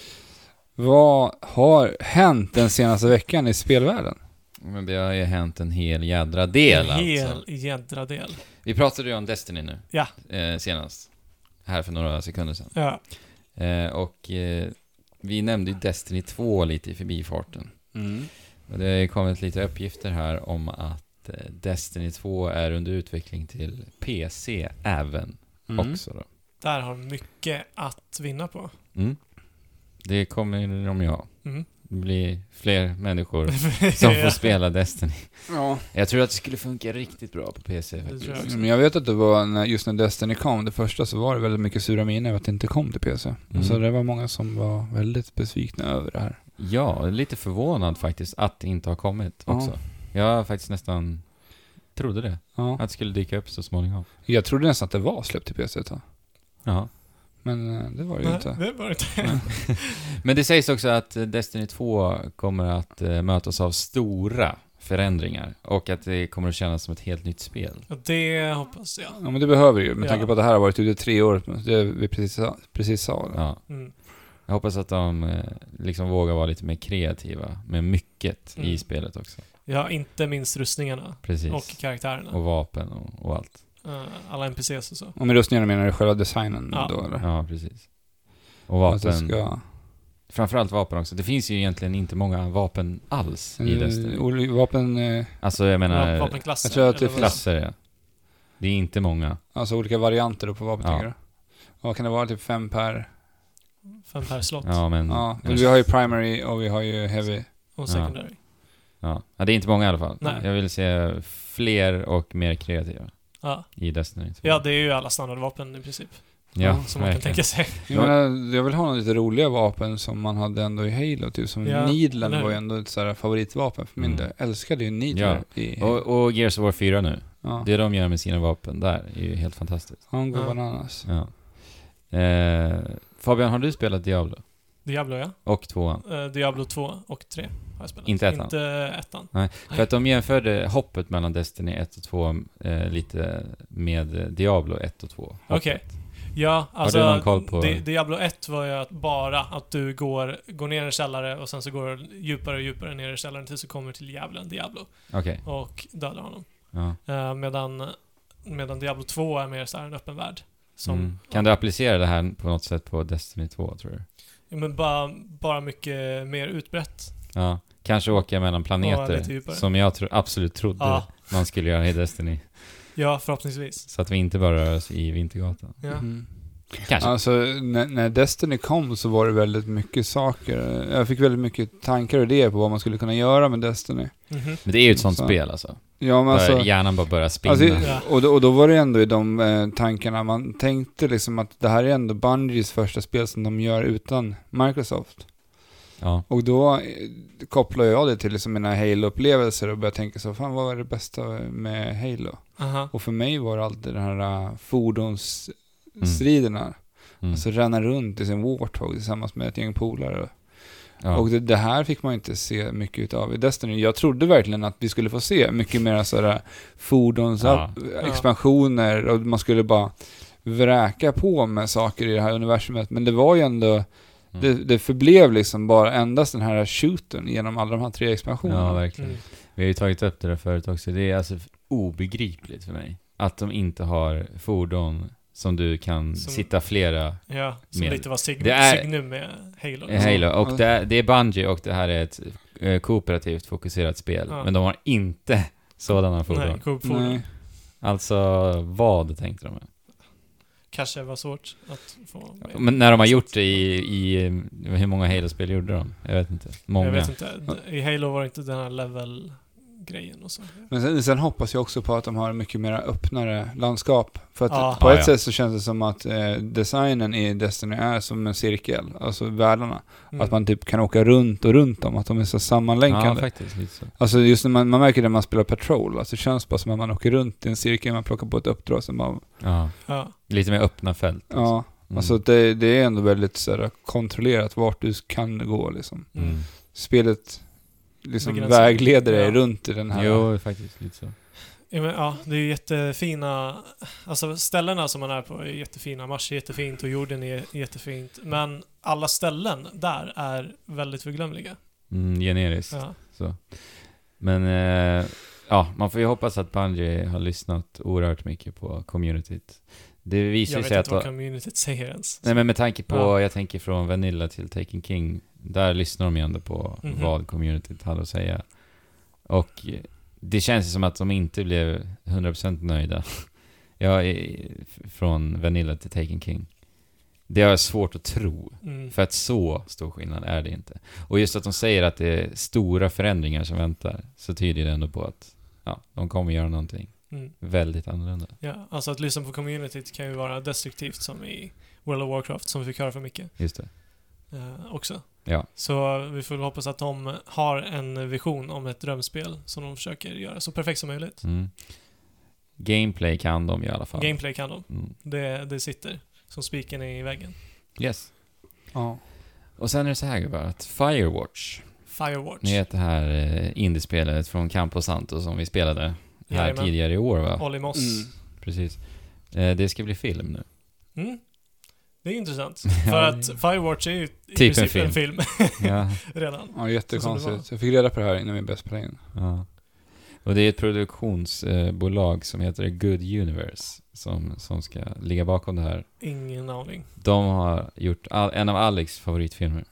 Vad har hänt den senaste veckan i spelvärlden? Men det har ju hänt en hel jädra del, En hel alltså. jädra del. Vi pratade ju om Destiny nu. Ja. Eh, senast. Här för några sekunder sedan. Ja. Eh, och eh, vi nämnde ju Destiny två lite i förbifarten. Mm. Och det har kommit lite uppgifter här om att eh, Destiny två är under utveckling till P C även Mm. också då. Där har de mycket att vinna på. Mm. Det kommer de ja. Mm. Det blir fler människor som får spela Destiny. Ja. Jag tror att det skulle funka riktigt bra på P C Det faktiskt. tror jag också. Men jag vet att det var, när, just när Destiny kom, det första, så var det väldigt mycket sura miner över att det inte kom till P C. Mm. Så det var många som var väldigt besvikna över det här. Ja, lite förvånad faktiskt att det inte har kommit Ja. också. Jag faktiskt nästan trodde det. Ja. Att det skulle dyka upp så småningom. Jag trodde nästan att det var släppt till P C ett tag. Ja. Men eh, det var det ju Nej, inte. det var inte. Men det sägs också att eh, Destiny två kommer att eh, mötas av stora förändringar. Och att det kommer att kännas som ett helt nytt spel. Och det hoppas jag. Ja, men det behöver det ju. Med Ja. tanke på att det här har varit ute i tre år. Det vi precis sa. Precis sa det. Ja. Mm. Jag hoppas att de eh, liksom vågar vara lite mer kreativa med mycket Mm. i spelet också. Ja, inte minst rustningarna Precis. och karaktärerna. Och vapen och, och allt. Uh, alla N P Cs och så. Och med rustningarna menar du själva designen Ja. då, eller? Ja, precis. Och vapen. Att det ska... Framförallt vapen också. Det finns ju egentligen inte många vapen alls i Destiny. Eh, vapen... Eh, Alltså jag menar... Vapenklasser. jag tror att det eller vad? Klasser, ja. Det är inte många. Alltså olika varianter då på vapen, Ja. tänker du? Vad kan det vara? Typ fem per... Fem per slott. Ja, men... Ja, men vi har ju primary och vi har ju heavy. Och secondary. Ja. ja, det är inte många i alla fall. Nej. Jag vill se fler och mer kreativa Ja. i Destiny två. ja, det är ju alla standardvapen i princip. ja Som man kan verkligen. tänka sig. Jag, menar, jag vill ha några lite roliga vapen som man hade ändå i Halo, typ som Ja, Needlen eller- var ju ändå ett sådär favoritvapen för min Mm. del. Jag älskade ju Needler i Halo. Och, och Gears of War fyra nu. Ja, Det de gör med sina vapen där är ju helt fantastiskt. han går Ja. bananas. Ja. Eh, Fabian, har du spelat Diablo? Diablo, ja. Och tvåan? Eh, Diablo två och tre har jag spelat. Inte ettan? Inte ettan. Nej, för att de jämförde hoppet mellan Destiny ett och två eh, lite med eh, Diablo ett och två. Okej. Ja, alltså... du någon koll på- Di- Diablo ett var ju att bara att du går, går ner i en källare och sen så går du djupare och djupare ner i källaren tills du kommer till djävulen Diablo Okej. och dödar honom. Ja. Eh, medan, medan Diablo två är mer så här en öppen värld. Som, Mm. Kan du applicera det här på något sätt på Destiny två, tror du? Ja, men bara, bara mycket mer utbrett. Ja. Kanske åka mellan Ja, planeter, lite djupare. som jag tro, absolut trodde Ja. man skulle göra i Destiny. Ja, förhoppningsvis. Så att vi inte bara rör oss i Vintergatan. Ja. Mm. Kanske. Alltså, när, när Destiny kom så var det väldigt mycket saker. Jag fick väldigt mycket tankar och idéer på vad man skulle kunna göra med Destiny. Mhm. Men det är ju ett sånt Så. spel alltså. Ja, men Där alltså... hjärnan bara börjar spinna. Alltså, Ja. och, då, och då var det ändå i de eh, tankarna man tänkte liksom att det här är ändå Bungies första spel som de gör utan Microsoft. ja. Och då eh, kopplar jag det till liksom mina Halo-upplevelser och började tänka så, fan vad är det bästa med Halo? Aha. Och för mig var det alltid den här uh, fordonsstriderna. Mm. Alltså ränna runt i sin Warthog tillsammans med ett gäng polare. ja. Och det, det här fick man inte se mycket utav i Destiny. Jag trodde verkligen att vi skulle få se mycket mer sådär fordonsexpansioner och man skulle bara vräka på med saker i det här universumet. Men det var ju ändå, Mm. det, det förblev liksom bara endast den här shooten genom alla de här tre expansionerna. Ja, verkligen. Mm. Vi har ju tagit upp det där förut också. Det är alltså obegripligt för mig att de inte har fordon som du kan Som- sitta flera Ja, som Med- lite var sig- Det är- signum med Halo. i Halo. Och Ja. det är, det är Bungie och det här är ett eh, kooperativt fokuserat spel. Ja. Men de har inte sådana fordon. Nej, Coop fordon. Nej. Alltså, vad tänkte de med? Kanske var svårt att få med. Men när de har gjort det i, i hur många Halo-spel gjorde de? Jag vet inte. Många. Jag vet inte. I Halo var det inte den här level-grejen och så. Men sen, sen hoppas jag också på att de har mycket mer öppnare landskap. För att Ja. på Ja, ett ja. sätt så känns det som att eh, designen i Destiny är som en cirkel. Alltså världarna. Mm. Att man typ kan åka runt och runt dem. Att de är så Ja, sammanlänkade. faktiskt. Lite så. Alltså just när man, man märker det när man spelar Patrol. Alltså det känns bara som att man åker runt i en cirkel. Man plockar på ett uppdrag som man... Ja. Ja. Lite mer öppna fält. Ja. Mm. Alltså det, det är ändå väldigt så här, kontrollerat vart du kan gå liksom. Mm. Mm. Spelet liksom Begränsat. vägleder dig Ja. runt i den här... Jo, faktiskt lite så. Ja, men, ja, det är ju jättefina... Alltså ställena som man är på är jättefina. Mars är jättefint och jorden är jättefint. Men alla ställen där är väldigt förglömliga. Mm, generiskt. Ja. Så. Men eh, ja, man får ju hoppas att Bungie har lyssnat oerhört mycket på communityt. Det visar Jag ju vet sig inte att... vad Va- communityt säger ens. nej, men med tanke på, Ja. jag tänker från Vanilla till Taken King, där lyssnar de ju ändå på Mhm. vad communityt hade att säga. Och eh, det känns ju som att de inte blev hundra procent nöjda. Jag är från Vanilla till Taken King. Det har jag svårt att tro. Mm. För att så stor skillnad är det inte. Och just att de säger att det är stora förändringar som väntar, så tyder det ändå på att ja, de kommer göra någonting Mm. väldigt annorlunda. Ja, alltså att lyssna på communityt kan ju vara destruktivt som i World of Warcraft som vi fick höra för mycket Just det. eh, också. Ja. Så vi får väl hoppas att de har en vision om ett drömspel som de försöker göra så perfekt som möjligt. Mm. Gameplay kan de i alla fall. Gameplay kan de. Mm. Det, det sitter som spiken i väggen. Yes. Ja. Och sen är det så här gubbar, att Firewatch, Firewatch. ni vet det här eh, indiespelet från Campo Santo som vi spelade här Jajamän. tidigare i år, va? Olly Moss. Mm. Precis. Eh, det ska bli film nu. Mm. Det är intressant. Ja, För det- att Firewatch är ju i Typ princip en en film, Ja. redan. Ja, jättekonstigt. Så som det Jag fick reda på det här innan vi började spela in. Ja. Och det är ett produktionsbolag som heter Good Universe som, som ska ligga bakom det här. Ingen aning. De har gjort all, en av Alex favoritfilmer.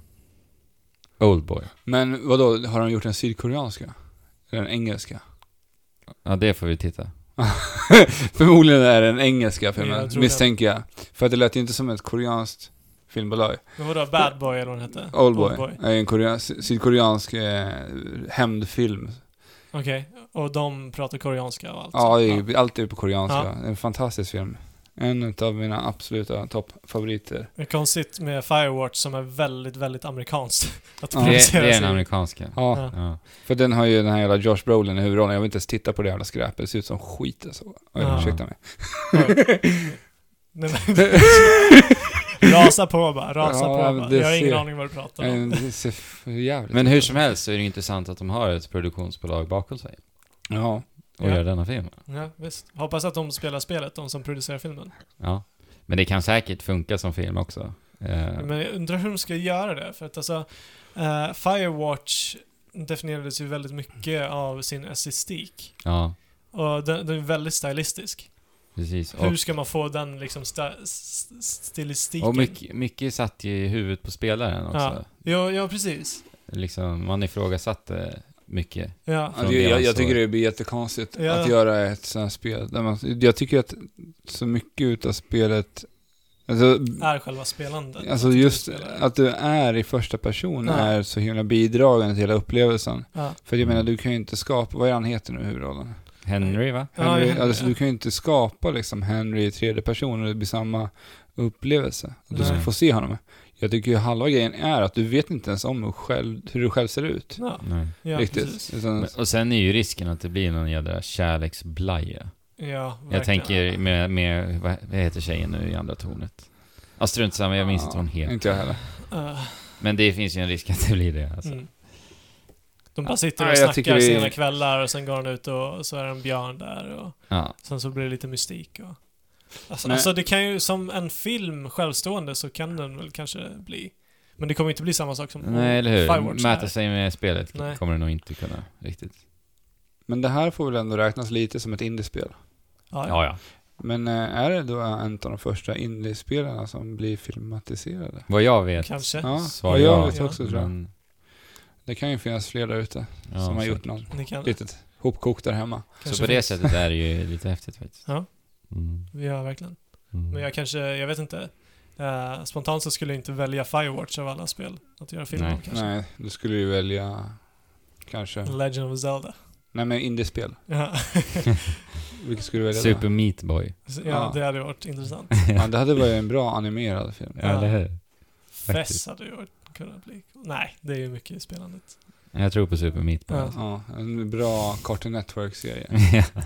Oldboy. Men vadå, har de gjort en sydkoreanska? Eller en engelska? Ja, det får vi titta. Förmodligen är det den engelska Ja, filmen, jag tror misstänker jag. För att det lät ju inte som ett koreanskt filmbolag. Men vadå, Bad Boy eller vad den hette? Oldboy är en korea- sydkoreansk eh, hämndfilm. Okej, och de pratar koreanska och allt. Ja, det så. är, allt är på koreanska. Ja. En fantastisk film. En av mina absoluta toppfavoriter. Det är konstigt med Firewatch som är väldigt, väldigt amerikanskt. Att Ja. Det, producera det är den sig. amerikanska. Ja, Ja. Ja. för den har ju den här jävla Josh Brolin i huvudrollen. Jag vill inte ens titta på det jävla skräpet. Det ser ut som skit alltså. Oj, Ja. ursäkta mig. Nej, men- Rasa på bara, rasa Ja, på men bara. det Jag har ingen ser- aning vad du pratar om. Nej, det ser för jävligt Men ut. hur som helst så är det intressant att de har ett produktionsbolag bakom sig Ja. och Ja. gör denna film. Ja, visst. Hoppas att de spelar spelet, de som producerar filmen. Ja. Men det kan säkert funka som film också. Eh, Men jag undrar hur de ska göra det. För att alltså, eh, Firewatch definierades ju väldigt mycket av sin estetik. ja, Och den, den är väldigt stylistisk. precis. Hur Och, ska man få den liksom sta, s- stilistiken? och mycket, mycket satt ju i huvudet på spelaren också. Ja. Ja, ja, precis. Liksom, man ifrågasatte mycket. Ja. Ja, Från det, det jag, man jag tycker såg. det blir jättekonstigt Ja. att göra ett sånt här spel. Där man, jag tycker att så mycket utav spelet... Alltså, Är själva spelandet. alltså Att du just spelar. att du är i första person Ja. är så himla bidragande till hela upplevelsen. Ja. För jag Mm. menar, du kan ju inte skapa... Vad är han heter nu i huvudrollen? Henry, va? Ja, Henry, Henry, alltså, ja. du kan ju inte skapa liksom Henry i tredje person och det blir samma upplevelse. Och du ska Nej. få se honom. Jag tycker ju halva grejen är att du vet inte ens om hur, själv, hur du själv ser ut. Ja, Nej. ja Riktigt. precis. Utan, Men, och sen är ju risken att det blir någon jädra kärleksblaja. Ja, Jag verkligen. tänker med, med vad, vad heter tjejen nu i andra tornet? Ja, strunt samma, jag minns inte vad hon heter. Inte jag heller. Uh, Men det finns ju en risk att det blir det. Alltså. mm. De bara sitter Ja, och jag tycker snackar det är- sena kvällar och sen går han ut och så är det en björn där och Ja. sen så blir det lite mystik och... Alltså, Men- alltså det kan ju, som en film självstående så kan den väl kanske bli... Men det kommer inte bli samma sak som Nej, eller hur? Firewatch Mäta är. sig med spelet Nej. kommer det nog inte kunna riktigt. Men det här får väl ändå räknas lite som ett indiespel. Ja, ja. Ja, ja. Men eh, är det då en av de första indiespelarna som blir filmatiserade? Vad jag vet. Kanske. Ja, Svar vad jag ja. vet också tror jag. Men, Det kan ju finnas fler där ute ja, som har så, gjort någon Ni kan, litet hopkok där hemma. så kanske på det finns. sättet är det ju lite häftigt faktiskt. Ja. Mm. Ja, verkligen. Mm. Men jag kanske, jag vet inte. Uh, spontant så skulle jag inte välja Firewatch av alla spel att göra film Nej. om kanske. Nej, du skulle ju välja kanske... Legend of Zelda. Nej, men indiespel. Ja, Vilket skulle du välja Super då? Meat Boy. ja, Ja. det hade varit intressant. Ja, det hade varit en bra animerad film. Ja, eller hur? Faktiskt. Fess hade ju varit, kunnat bli... Nej, det är ju mycket i spelandet. Jag tror på Super Meat Boy. Ja. Ja, en bra Cartoon Network-serie. Ja.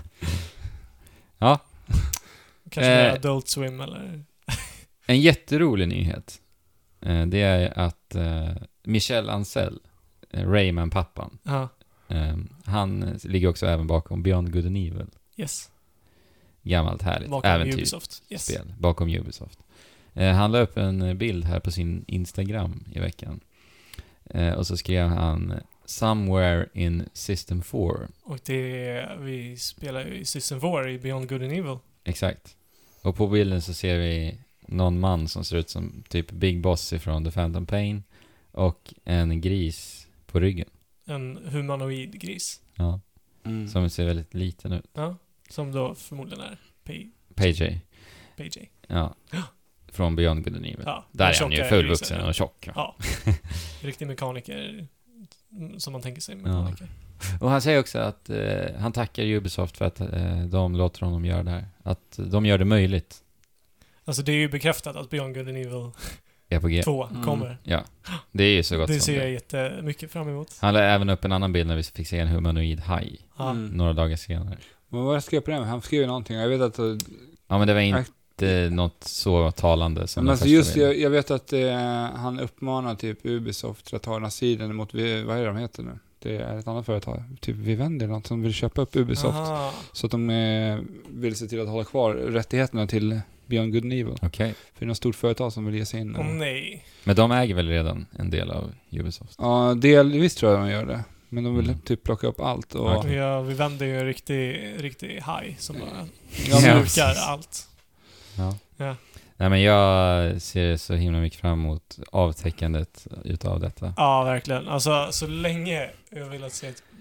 Ja, Kanske Eh. mer Adult Swim eller... en jätterolig nyhet. Eh, Det är att eh, Michel Ancel, eh, Rayman-pappan, Ja, eh, han ligger också även bakom Beyond Good and Evil. yes. Gammalt härligt Bakom äventyrsspel Ubisoft. Yes. bakom Ubisoft. Eh, Han la upp en bild här på sin Instagram i veckan. Eh, Och så skrev han Somewhere in System four. Och det... Vi spelar ju i System four i Beyond Good and Evil. Exakt. Och på bilden så ser vi någon man som ser ut som typ Big Boss ifrån The Phantom Pain och en gris på ryggen. En humanoid gris. Ja, Mm. som ser väldigt liten ut. Ja, som då förmodligen är P- P J. PJ. Ja. Från Beyond Good and Evil. Ja, Där den är han ju tjocka fullvuxen grisen. och tjock. Ja. Ja. Riktig mekaniker. mm, Som man tänker sig mekaniker. Och han säger också att eh, han tackar Ubisoft för att eh, de låter honom göra det här. Att de gör det möjligt. Alltså det är ju bekräftat att Beyond Good and Evil Är på G. två Mm. kommer. Ja, det är ju så gott Det som ser jag det. jättemycket fram emot. Han la även upp en annan bild när vi fick se en humanoid haj Ja. Mm. några dagar senare. Men vad skrev på den? Han skrev ju någonting. Jag vet att... eh, Ja, men det var inte något så talande som Men den alltså första just bilden. jag, jag vet att eh, han uppmanar typ Ubisoft till att ta den här sidan mot... Vi- Vad är det de heter nu? Det är ett annat företag. Typ Vivendi eller något som vill köpa upp Ubisoft. Aha. Så att de eh, vill se till att hålla kvar rättigheterna till Beyond Good and Evil. Okej. För det är något stort företag som vill ge sig in. Åh och- nej. Men de äger väl redan en del av Ubisoft? Ja, delvis tror jag de gör det. Men de vill Mm. typ plocka upp allt. Och, Okej. Ja, vi vänder ju en riktig, riktig haj som bara Ja, men- slukar allt. Ja. Ja. Nej, men jag ser så himla mycket fram emot avtäckandet utav detta. Ja, verkligen. Alltså, så länge jag vill att se ett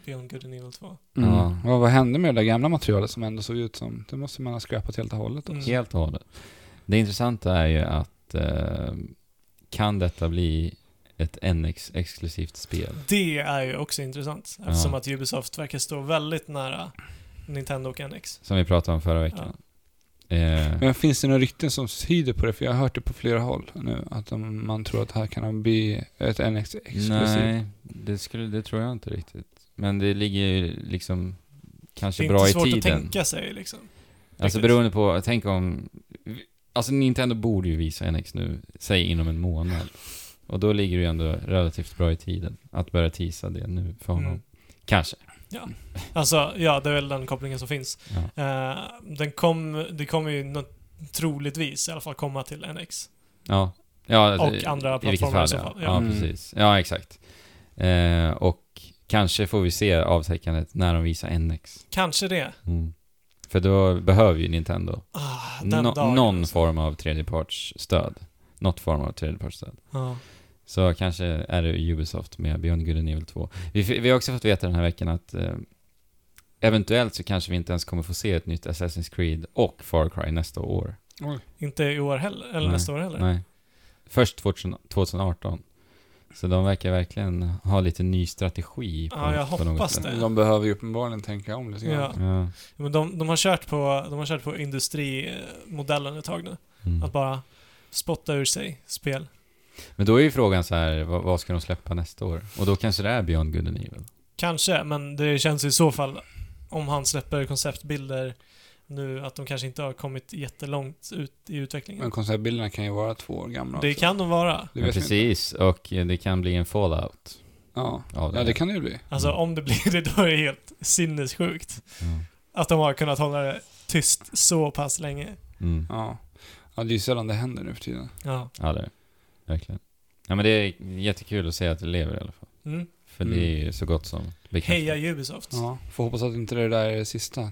Beyond Good and Evil två. Mm. Ja. Vad, vad hände med det där gamla materialet som ändå såg ut som... Det måste man ha skräpat helt och hållet. Mm. Helt och hållet. Det intressanta är ju att eh, kan detta bli ett N X-exklusivt spel? Det är ju också intressant, eftersom Ja. att Ubisoft verkar stå väldigt nära Nintendo och N X. Som vi pratade om förra veckan. Eh, Men finns det några rykten som tyder på det? För jag har hört det på flera håll nu. Att de, man tror att här kan bli ett N X-exklusivt. nej, det, skulle, det tror jag inte riktigt. Men det ligger ju liksom kanske Det är bra inte i svårt tiden. att tänka sig liksom. Alltså Riktigt. beroende på, tänk om... Alltså Nintendo borde ju visa N X nu, säg inom en månad. Och då ligger det ju ändå relativt bra i tiden att börja teasa det nu för honom. Mm. Kanske. Ja. Alltså, ja, det är väl den kopplingen som finns. Ja. Eh, den kom, det kommer ju något, troligtvis i alla fall komma till N X. Ja. Ja, Och det- andra i vilket plattformar i fall, så ja. fall, Ja, ja. Mm. precis. Ja, exakt. Eh, och kanske får vi se avtäckandet när de visar N X. Kanske det. Mm. För då behöver ju Nintendo Ah, den no- dagen. någon form av tredjepartsstöd. Något form av tredjepartsstöd. Ja. Så kanske är det Ubisoft med Beyond Good and Evil två. Vi, f- vi har också fått veta den här veckan att eh, eventuellt så kanske vi inte ens kommer få se ett nytt Assassin's Creed och Far Cry nästa år. Oj. Inte i år heller, eller Nej. nästa år heller. Nej. Först tjugo arton. Så de verkar verkligen ha lite ny strategi på, Ja, jag på något hoppas sätt. det. De behöver ju uppenbarligen tänka om lite grann. Ja. Ja. Men de, de, har kört på, de har kört på industrimodellen ett tag nu. Mm. Att bara spotta ur sig spel. Men då är ju frågan så här, vad, vad ska de släppa nästa år? Och då kanske det är Beyond Good and Evil. Kanske, men det känns i så fall, om han släpper konceptbilder nu, att de kanske inte har kommit jättelångt ut i utvecklingen. Men konceptbilderna kan ju vara två år gamla Det också. kan de vara. Det Men vet vi inte. precis, och eh, det kan bli en fallout Ja. av det. ja, det kan det ju bli. Alltså Mm. om det blir det, då är det helt sinnessjukt. Ja. Att de har kunnat hålla det tyst så pass länge. Mm. Ja. Ja, det är ju sällan det händer nu för tiden. Ja. Ja, det är det. Verkligen. Ja, men det är jättekul att se att det lever i alla fall. Mm. För Mm. det är ju så gott som bekräftat. Heja Ubisoft. Ja. Får hoppas att inte det där är det sista.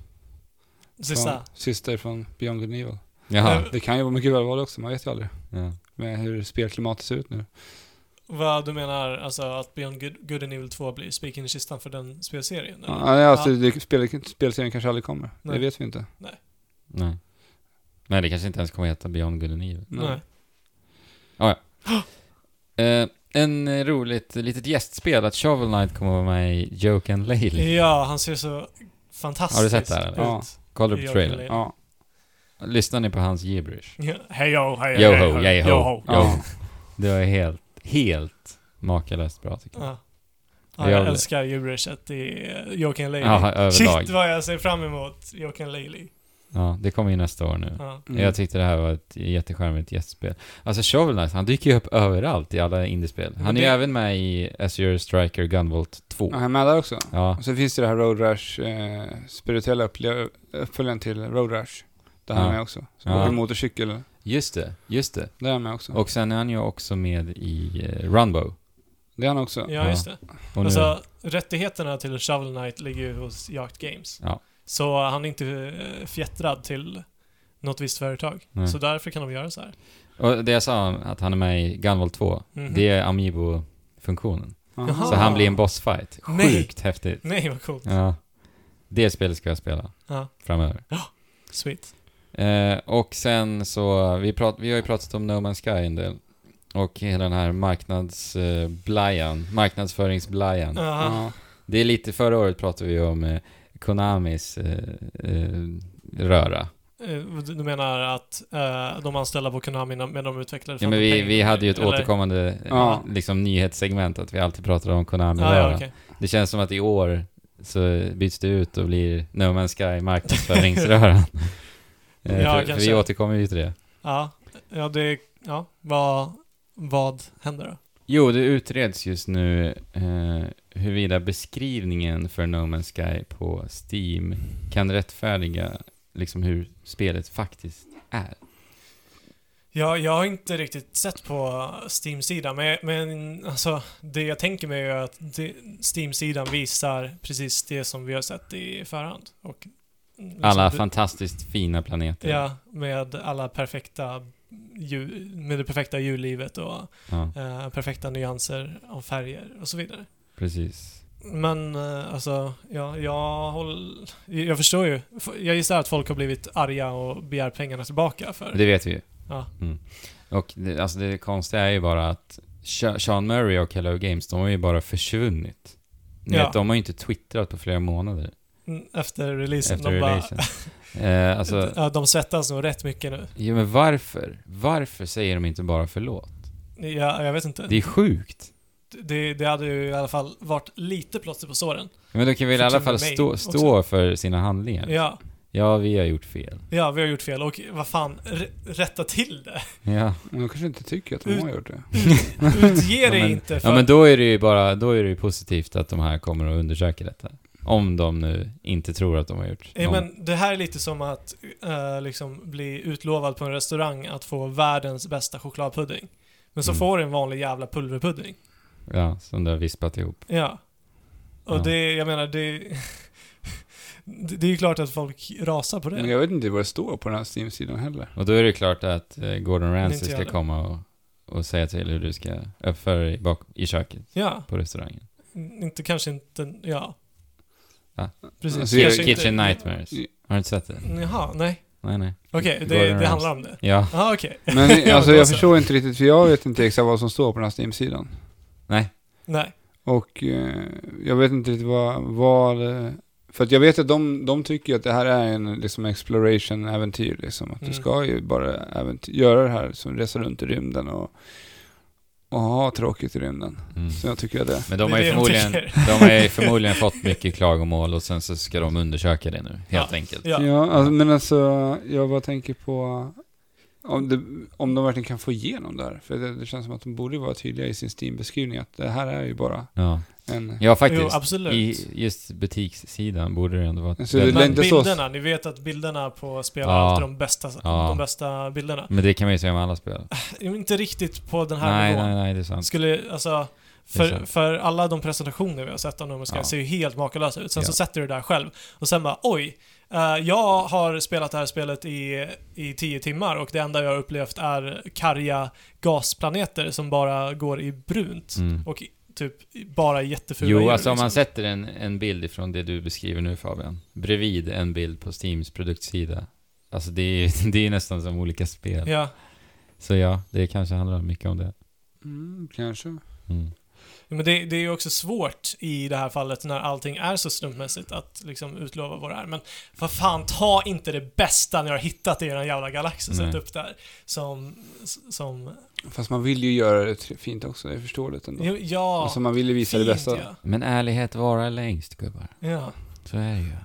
Sista. Från, sista från Beyond Good and Evil. Jaha. Det kan ju vara mycket väl vara det också, man vet ju aldrig. Ja. Med hur spelklimatet ser ut nu. Vad du menar, alltså att Beyond Good, Good and Evil två blir spiken i kistan för den spelserien? eller? Ja, alltså Det, spel, spelserien kanske aldrig kommer. Nej. Det vet vi inte. Nej. Nej, det kanske inte ens kommer heta Beyond Good and Evil. Nej. Eh, en roligt litet gästspel att Shovel Knight kommer vara med i Joke and Laylee. Ja, han ser så fantastisk Har du sett det här, eller? ut. Ja. Kollar du i på Joke and trailern? Laylee. Ja. Lyssnar ni på hans gibberish? Ja. Hej yo, hej Yo hej, ho, hej, yay ho. yo ho. Ja. Det var helt, helt makalöst bra tycker jag. Ja. Ja, jag Jag- älskar djurishet i uh, Joke and Laylee. Ja, överlag. Shit vad jag ser fram emot Joke and Laylee. Ja, det kommer ju nästa år nu. Ja. Mm. Jag tyckte det här var ett jättecharmigt gästspel. Alltså Shovel Knight, han dyker ju upp överallt i alla indiespel. Han Men är ju det- även med i Azure Striker Gunvolt två. Ja, han är med där också. Ja, Och så finns det det här Road Rash, eh, spirituella upple- uppföljaren till Road Rash. Där han Ja. är med också. Som Ja. åker motorcykel. just det, just det. Där är han med också. Och sen är han ju också med i uh, Runbow. det är han också. Ja, just det. Och nu, Alltså, rättigheterna till Shovel Knight ligger ju hos Yacht Games. Ja. Så han är inte eh, fjättrad till något visst företag. Nej. Så därför kan de göra så här. och det jag sa, att han är med i Gunvolt två, Mhm. det är Amiibo-funktionen. Aha. Jaha. Så han blir en bossfight. Nej. Sjukt häftigt. Nej, vad coolt. Ja. Det spelet ska jag spela Ja, framöver. sweet. Eh, och sen så, vi, prat, vi har ju pratat om No Man's Sky en del. Och hela den här marknadsblajan, marknadsföringsblajan. Aha. Ja. Det är lite, förra året pratade vi om eh, Konamis eh, eh, röra. Eh, Du menar att eh, de anställda på Konami med de utvecklade Ja, men vi, vi hade ju ett eller? återkommande eh, Ja. liksom, nyhetssegment att vi alltid pratade om Konami Ja, röra. ja, okej. Det känns som att i år så byts det ut och blir No Man's Sky marknadsföringsröran. eh, Ja, för, för kanske. vi återkommer ju till det. Ja, ja, det... Ja, vad... Vad händer då? Jo, det utreds just nu eh, huruvida beskrivningen för No Man's Sky på Steam kan rättfärdiga liksom hur spelet faktiskt är. Ja, jag har inte riktigt sett på Steam-sidan, men, men alltså, det jag tänker mig är att det, Steam-sidan visar precis det som vi har sett i förhand. Och, liksom, Alla det, fantastiskt fina planeter. Ja, med alla perfekta djur, med det perfekta djurlivet och Ja, eh, perfekta nyanser av färger och så vidare. precis. Men eh, alltså, ja, jag håller, jag förstår ju. F- Jag gissar att folk har blivit arga och begär pengarna tillbaka för. Det vet vi ju. Ja. Mm. Och det, alltså det konstiga är ju bara att Sha- Sean Murray och Hello Games, de har ju bara försvunnit. Ni Ja. vet, de har ju inte twittrat på flera månader Mm, Efter releasen. efter de bara, releasen. eh, alltså, ja, de svettas nog rätt mycket nu. ja, men varför? Varför säger de inte bara förlåt? Ja, jag vet inte. Det är sjukt. Det, det hade ju i alla fall varit lite plåster på såren. Men de kan väl i alla fall Förtjänar stå, mig stå för sina handlingar. Ja, Ja, vi har gjort fel. ja, vi har gjort fel. Och vad fan, r- rätta till det. Ja. Men de kanske inte tycker att de Ut- har gjort det. Utge Ja, dig men- inte för... Ja, men då är det ju bara, då är det ju positivt att de här kommer att undersöka detta. Om de nu inte tror att de har gjort Ja, någon- men det här är lite som att eh, liksom bli utlovad på en restaurang att få världens bästa chokladpudding. Men så Mm. får du en vanlig jävla pulverpudding. Ja, som du har vispat ihop. Ja. Och Ja. det, jag menar, det... det det är ju klart att folk rasar på Men det. jag vet inte vad det står på den här Steam-sidan heller. Och då är det klart att eh, Gordon Inte Ramsay jag ska heller. komma och, och säga till hur du ska uppföra dig bak i köket Ja. på restaurangen. Inte, kanske inte... Ja. Ja. Precis. Alltså, Kanske Kitchen inte- Nightmares. Har du inte sett det? Jaha, nej. Nej, nej. Okej, Gordon det, det Ramsay. handlar om det. Ja. Ja, okej. Men Ja, alltså då jag så. förstår inte riktigt, för jag vet inte exakt vad som står på den här Steam-sidan. Nej. Nej. Och eh, jag vet inte riktigt vad... vad eh, för att jag vet att de, de tycker att det här är en liksom exploration-äventyr. Liksom. Att Mm. du ska ju bara äventyr, göra det här som resa runt i rymden och, och ha tråkigt i rymden. Mm. Så jag tycker att det... Men de Det har är ju det de förmodligen, tycker. de har ju förmodligen fått mycket klagomål och sen så ska de undersöka det nu, helt Ja. enkelt. Ja. Ja, alltså, men alltså jag bara tänker på om, det, om de verkligen kan få igenom det här. För det, det känns som att de borde vara tydliga i sin Steam-beskrivning att det här är ju bara Ja, en... ja faktiskt. Jo, absolut. I just butikssidan borde det ändå vara... Alltså, det- väldigt- det- Men inte så- bilderna, ni vet att bilderna på spel är Ja. alltid de bästa, Ja. de bästa bilderna. Men det kan man ju säga om alla spel. Inte riktigt på den här Nej, nivån. nej, nej, det är sant. Skulle, alltså, Det är för, sant. för alla de presentationer vi har sett av No Man's Sky Ja. ser ju helt makalösa ut. Sen Ja. så sätter du det där själv och sen bara, oj, eh, jag har spelat det här spelet i, i tio timmar och det enda jag har upplevt är karga gasplaneter som bara går i brunt Mm. och i- typ bara jättefula Jo, djur, alltså om liksom. man sätter en, en bild ifrån det du beskriver nu, Fabian, bredvid en bild på Steams produktsida. Alltså det är, det är nästan som olika spel. Ja, Så ja, det kanske handlar mycket om det. Mm, kanske. Mm. men det, det är ju också svårt i det här fallet när allting är så slumpmässigt att liksom utlova vad det är. Men vad fan, ta inte det bästa ni har hittat i er jävla galax och sätt Nej. upp där som... som Fast man vill ju göra det tri- fint också, det är förståeligt ändå. jo, ja, Alltså man vill ju visa det fint, bästa. Ja. Men ärlighet varar längst, gubbar. Ja. Så är det ju.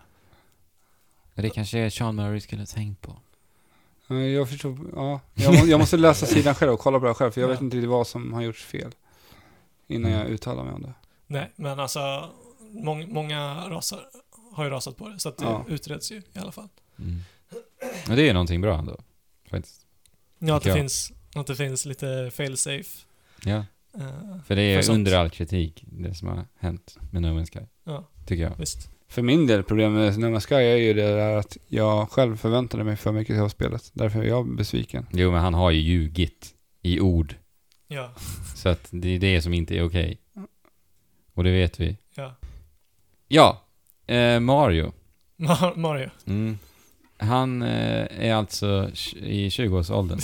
Det kanske Sean Murray skulle ha tänkt på. Ja, jag förstår, ja. Jag, må, jag måste läsa sidan själv och kolla på det själv, för jag Ja. vet inte riktigt vad som har gjorts fel. Innan Mm. jag uttalar mig om det. Nej, men alltså mång, många rasar har ju rasat på det, så att det Ja. utreds ju i alla fall. Mm. Och det är ju någonting bra ändå. Faktiskt. Ja, att det, Ja. finns, att det finns lite fail-safe. Ja, Uh, för det För är sånt. under all kritik, det som har hänt med No Man's Sky. ja, Tycker jag. visst. För min del, problemet med No Man's Sky är ju det där att jag själv förväntade mig för mycket av spelet. Därför är jag besviken. Jo, men han har ju ljugit i ord. Ja, Så att det är det som inte är okej. Och det vet vi. ja. Ja, eh, Mario. Mar- Mario. Mm. Han eh, är alltså tj- i tjugoårsåldern.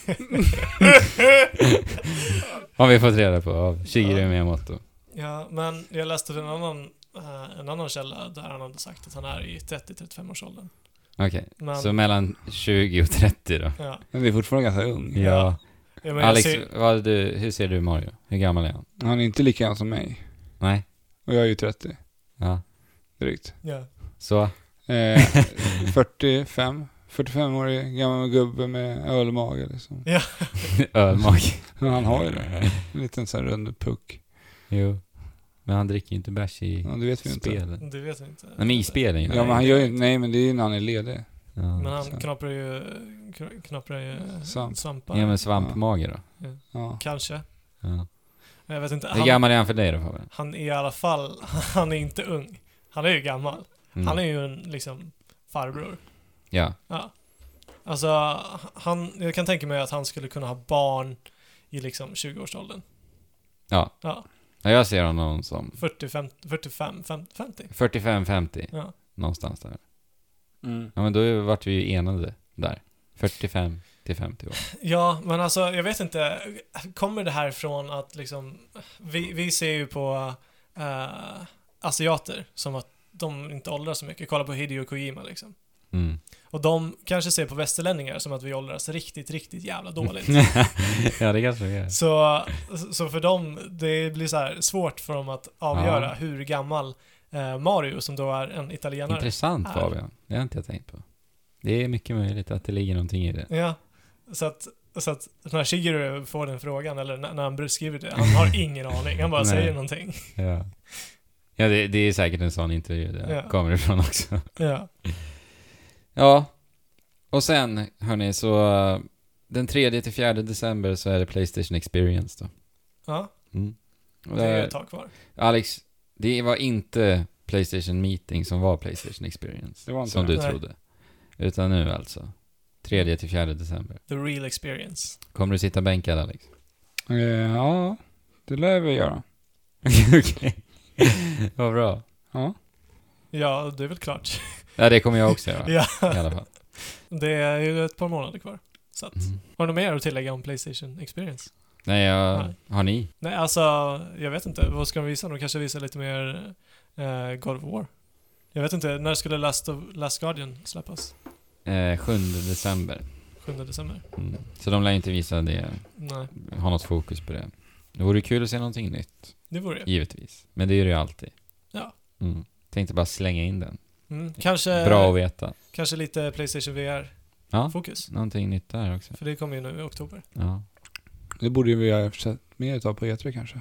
Har vi fått reda på av Shigeru Ja. Miyamoto. Ja, men jag läste en annan, eh, en annan källa där han hade sagt att han är i trettio till trettiofem års åldern. Okej, Men, så mellan tjugo och trettio då. ja. Men vi är fortfarande ganska ung. Ja. Ja, men jag Alex, ser, vad du, hur ser du Mario? Hur gammal är han? Han är inte lika gammal som mig. Nej? Och jag är ju trettio, Ja. drygt. ja. Så? Eh, fyrtiofem. fyrtiofem-årig gammal gubbe med ölmage liksom. Ja. Ölmage. Men han har ju det. En liten sån här rund puck. Jo. Men han dricker ju inte bärs i Ja, det vet vi ju inte. spelen. Det vet jag inte. Nej, men i spelen ju. Ja, men han gör ju, nej men det är ju när han är ledig. Ja. Men han så. knaprar ju, kn- knaprar ju Svamp. svampar. Ja, men svampmage då. Ja. Kanske. Ja. Jag vet inte. Hur Han, gammal är han för dig då, Fabian? han är i alla fall, han är inte ung. Han är ju gammal. Mm. Han är ju en liksom farbror. Ja. Ja. Alltså, han, jag kan tänka mig att han skulle kunna ha barn i liksom tjugo-årsåldern. Ja. Ja. Ja, jag ser honom som fyrtiofem, fyrtiofem, femtio. fyrtiofem femtio. Ja. Någonstans där. Mm. Ja, men då vart vi ju enade där. fyrtiofem till femtio år. Ja, men alltså jag vet inte, kommer det här från att liksom, vi, vi ser ju på uh, asiater som att de inte åldras så mycket. Kolla på Hideo Kojima liksom. Mm. Och de kanske ser på västerlänningar som att vi åldras riktigt, riktigt jävla dåligt. Ja, det kanske det är. Så, så för dem, det blir så här svårt för dem att avgöra Ja. hur gammal eh, Mario, som då är en italienare. Intressant, är. Fabian. Det har inte jag tänkt på. Det är mycket möjligt att det ligger någonting i det. Ja, så att, så att när Shigeru får den frågan, eller när, när han skriver det, han har ingen aning, han bara Nej. säger någonting. Ja, ja det, det är säkert en sån intervju det Ja. kommer ifrån också. Ja, Ja, och sen, hörni, så uh, den tredje till fjärde december så är det PlayStation Experience då. ja Mm. Och det är där- ett tag kvar. Alex, det var inte PlayStation Meeting som var PlayStation Experience. Det var inte som det. du Nej. trodde. Utan nu alltså. tredje till fjärde december. The real experience. Kommer du sitta bänkad, Alex? Eh, Ja, det lär vi göra. Okej. Vad bra. Ja. Ja, det är väl klart. Ja, det kommer jag också göra. Ja, I alla fall. det är ju ett par månader kvar. Så att, Mm. har du något mer att tillägga om PlayStation Experience? Nej, jag, Nej. har ni? Nej, alltså, jag vet inte. Vad ska de visa? De kanske visar lite mer eh, God of War. Jag vet inte, när skulle Last, of, Last Guardian släppas? Eh, sjunde december. sjunde december? Mm. Så de lär inte visa det, Nej, ha något fokus på det. Det vore kul att se någonting nytt, det vore det. givetvis. Men det är det ju alltid. Ja. Mm. Tänkte bara slänga in den. Mm, kanske, Bra att veta. kanske lite PlayStation V Ja, R-fokus. någonting nytt där också. För det kommer ju nu i oktober. Ja. Det borde ju vi ha sett mer utav på E tre kanske.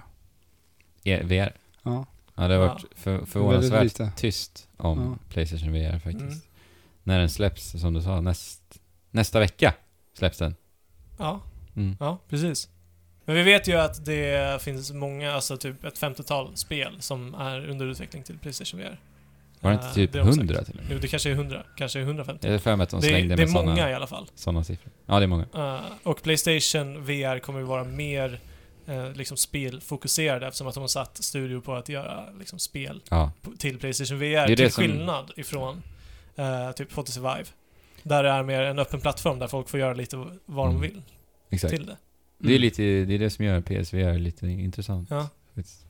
E- V R. Ja. Ja, det har Ja. varit för, Väldigt förvånansvärt lite. tyst om Ja. PlayStation V R faktiskt. Mm. När den släpps, som du sa, näst, nästa vecka släpps den. Ja, Mm. ja, precis. Men vi vet ju att det finns många, alltså typ ett femtiotal spel som är under utveckling till PlayStation V R. Var det inte Eh, typ det har de sagt. hundra till och med? Jo, det kanske är hundra, kanske är hundrafemtio. Jag är för mig att de Det, slängde det är med många sådana i alla fall. såna siffror. Ja, det är många. Uh, och PlayStation V R kommer ju vara mer uh, liksom spelfokuserade, eftersom att de har satt studio på att göra liksom spel Ja, på, till PlayStation V R, Det är till det som- skillnad ifrån uh, typ H T C Vive. Där det är mer en öppen plattform där folk får göra lite vad de Mm. vill exakt. till det. Det är lite, det är det som gör P S V R lite intressant. Ja. faktiskt.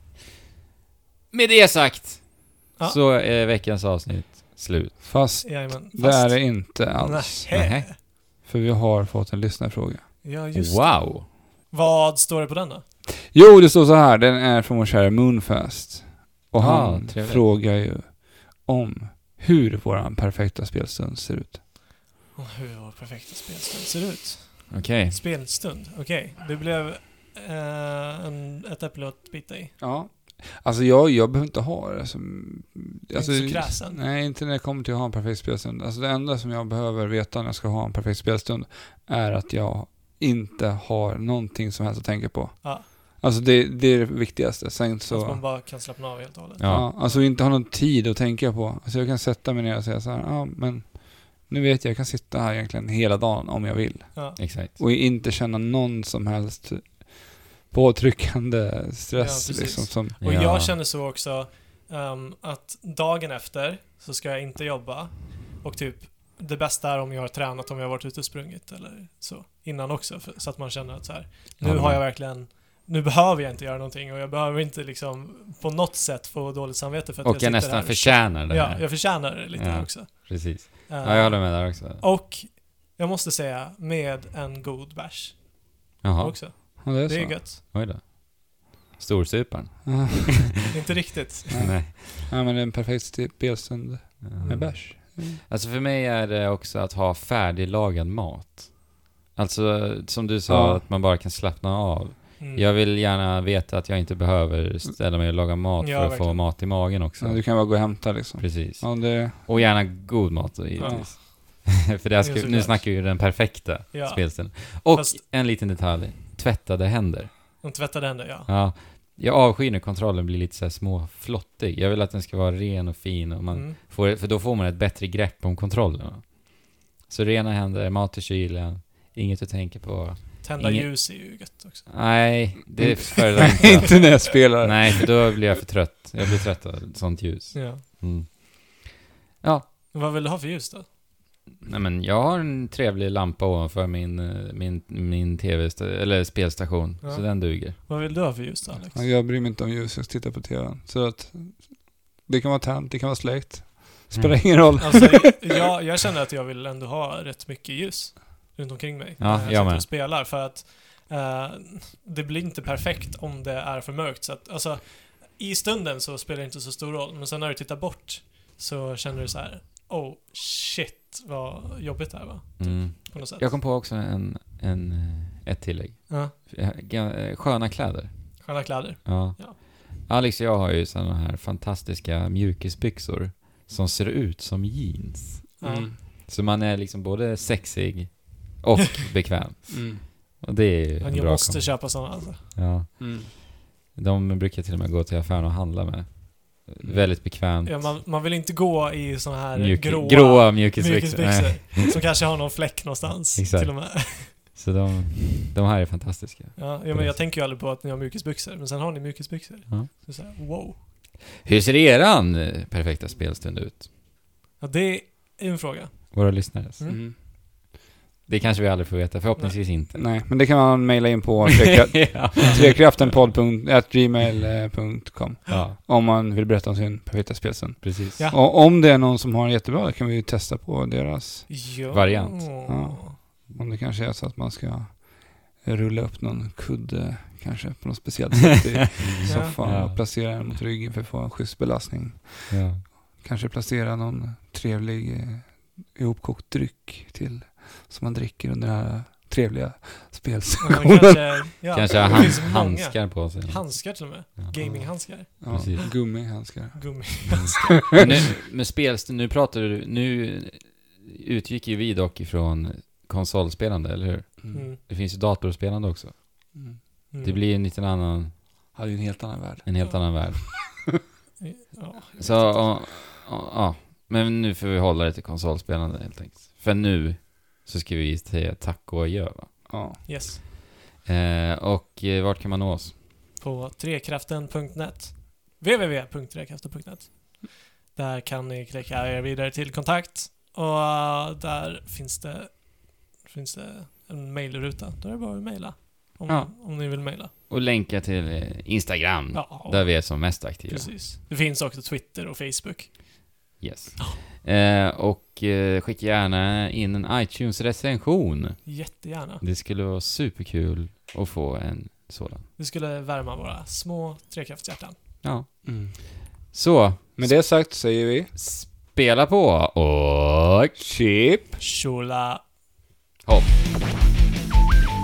Med det sagt Ja. så är veckans avsnitt slut. Fast Jajamän. det är det inte alls. Nähä. Nähä. För vi har fått en lyssnarfråga. Ja, just det. Wow! Vad står det på den då? Jo, det står så här. Den är från vår kära Moonfast. Och Ah, han trevligt. frågar ju om hur våran perfekta spelstund ser ut. Oh, hur vår perfekta spelstund ser ut. Okej. Spelstund, okej. Det blev eh, en, ett äpple att bita i. Ja. Alltså jag, jag behöver inte ha det som... Alltså, Inte så kräsen. Nej, inte när det kommer till att ha en perfekt spelstund. Alltså det enda som jag behöver veta när jag ska ha en perfekt spelstund är att jag inte har någonting som helst att tänka på. Ja. Alltså det, det är det viktigaste. Sen så... Att man bara kan slappna av helt och hållet. Ja. Ja, alltså inte ha någon tid att tänka på. Alltså jag kan sätta mig ner och säga så här, ja men nu vet jag, jag kan sitta här egentligen hela dagen om jag vill. Ja. Exakt. Och inte känna någon som helst påtryckande stress Ja, precis. liksom som... Och Ja. jag känner så också um, att dagen efter så ska jag inte jobba. Och typ det bästa är om jag har tränat, om jag har varit ute och sprungit eller så innan också, för, så att man känner att så här, nu Ja, har jag men- verkligen, nu behöver jag inte göra någonting och jag behöver inte liksom på något sätt få dåligt samvete för att Och jag jag sitter nästan här. förtjänar det Ja, här. jag förtjänar det lite Ja. också. Precis. Uh, Ja, jag håller med där också. Och jag måste säga med en god bärs Jaha, också. Ja, det är Det så. är gött. oj då. Storsuparen. Ja. Inte riktigt. Nej. Nej. Ja, men det är en perfekt spelstund Mm. med bärs. Mm. Alltså för mig är det också att ha färdiglagad mat. Alltså som du sa, Ja. att man bara kan slappna av. Mm. Jag vill gärna veta att jag inte behöver ställa mig och laga mat Ja, för att få verkligen. mat i magen också. Ja, du kan bara gå och hämta liksom. Precis. Ja, det... Och gärna god mat då, givetvis. för det här Ja, ska, nu såklart. snackar vi ju den perfekta Ja. spelstunden. Och Fast- en liten detalj. Tvättade händer. De tvättade händer, ja. Ja. Jag avskyr när kontrollen blir lite så här små flottig. Jag vill att den ska vara ren och fin och man Mm. får, för då får man ett bättre grepp om kontrollen. Så rena händer, mat i kylen, inget att tänka på. Tända Ingen- ljus är ju gött också. Nej, det föredrar jag inte. Inte när jag spelar. Nej, för då blir jag för trött. Jag blir trött av sånt ljus. Ja. Mm. Ja, Vad vill du ha för ljus då? nej men jag har en trevlig lampa ovanför min, eh, min, min tv, eller spelstation. Ja. Så den duger. Vad vill du ha för ljus då, Alex? Ja, jag bryr mig inte om ljus, jag tittar på tvn. Så att det kan vara tänt, det kan vara släckt. Spelar Mm. ingen roll. Alltså, jag, jag känner att jag vill ändå ha rätt mycket ljus runt omkring mig. Ja, när jag jag sitter med. och spelar. För att eh, det blir inte perfekt om det är för mörkt. Så att, alltså, i stunden så spelar det inte så stor roll. Men sen när du tittar bort så känner du så här: oh shit, vad jobbigt det här var. Mm. På något sätt. Jag kom på också en, en, eh, ett tillägg. Ja, Ga- Sköna kläder. sköna kläder. Ja. Ja. Alex och jag har ju sådana här fantastiska mjukisbyxor som ser ut som jeans. Ja. Mm. Så man är liksom både sexig och bekväm. Mm. Och det är ju en Men jag bra måste kombo. köpa sådana alltså. Ja. Mm. De brukar till och med gå till affären och handla med. Väldigt bekvämt. Ja, man, man vill inte gå i såna här Mjuk- gråa, gråa mjukisbyxor. Nej. mjukisbyxor som kanske har någon fläck någonstans. Exakt. Till och med. Så de, de här är fantastiska. Ja, ja, men jag tänker ju aldrig på att ni har mjukisbyxor, men sen har ni mjukisbyxor. Ja. Så så här, wow. Hur ser eran eh, perfekta spelstund ut? Ja, det är en fråga. Våra lyssnare. Mm. Mm. Det kanske vi aldrig får veta, förhoppningsvis inte. Nej, men det kan man mejla in på trekra- ja. trekraftenpodd punkt gmail punkt com ja, om man vill berätta om sin perfekta spelstund. precis. Ja. Och om det är någon som har en jättebra, kan vi ju testa på deras. Ja. Variant. Ja. Om det kanske är så att man ska rulla upp någon kudde kanske på något speciellt sätt i soffan Ja. och placera den mot ryggen för att få en schysst belastning. Ja. Kanske placera någon trevlig eh, ihopkokt dryck till som man dricker under den här trevliga Ja, spelsessionen. kanske, ja, Kanske har det han, finns många. handskar på sig. Handskar till och med. Ja. Gaminghandskar. Ja, Precis. gummihandskar. Gummi. Men nu, med spelstund, nu pratar du, nu utgick ju vi dock ifrån konsolspelande, eller hur? Mm. Mm. Det finns ju datorspelande också. Mm. Mm. Det blir en liten annan, Hade ju en helt annan värld. en helt Ja. annan värld. Ja, jag Så, vet inte. ja, ja, ja. Men nu får vi hålla det till konsolspelande helt enkelt. För nu så ska vi säga tack och adjö, va? Ja. Yes. Eh, och eh, vart kan man nå oss? På trekraften punkt net. w w w punkt trekraften punkt net. Där kan ni klicka er vidare till kontakt. Och uh, där finns det, finns det en mailruta. Där är det bara att mejla. Om, Ja. om ni vill mejla. Och länka till eh, Instagram, Ja, där vi är som mest aktiva. precis. Det finns också Twitter och Facebook. Yes. Eh, och eh, skicka gärna in en iTunes-recension. Jättegärna. Det skulle vara superkul att få en sådan. Det skulle värma våra små trekraftshjärtan. Ja. Mm. Så, Med det sagt säger vi spela på och chip. Tjola! hopp.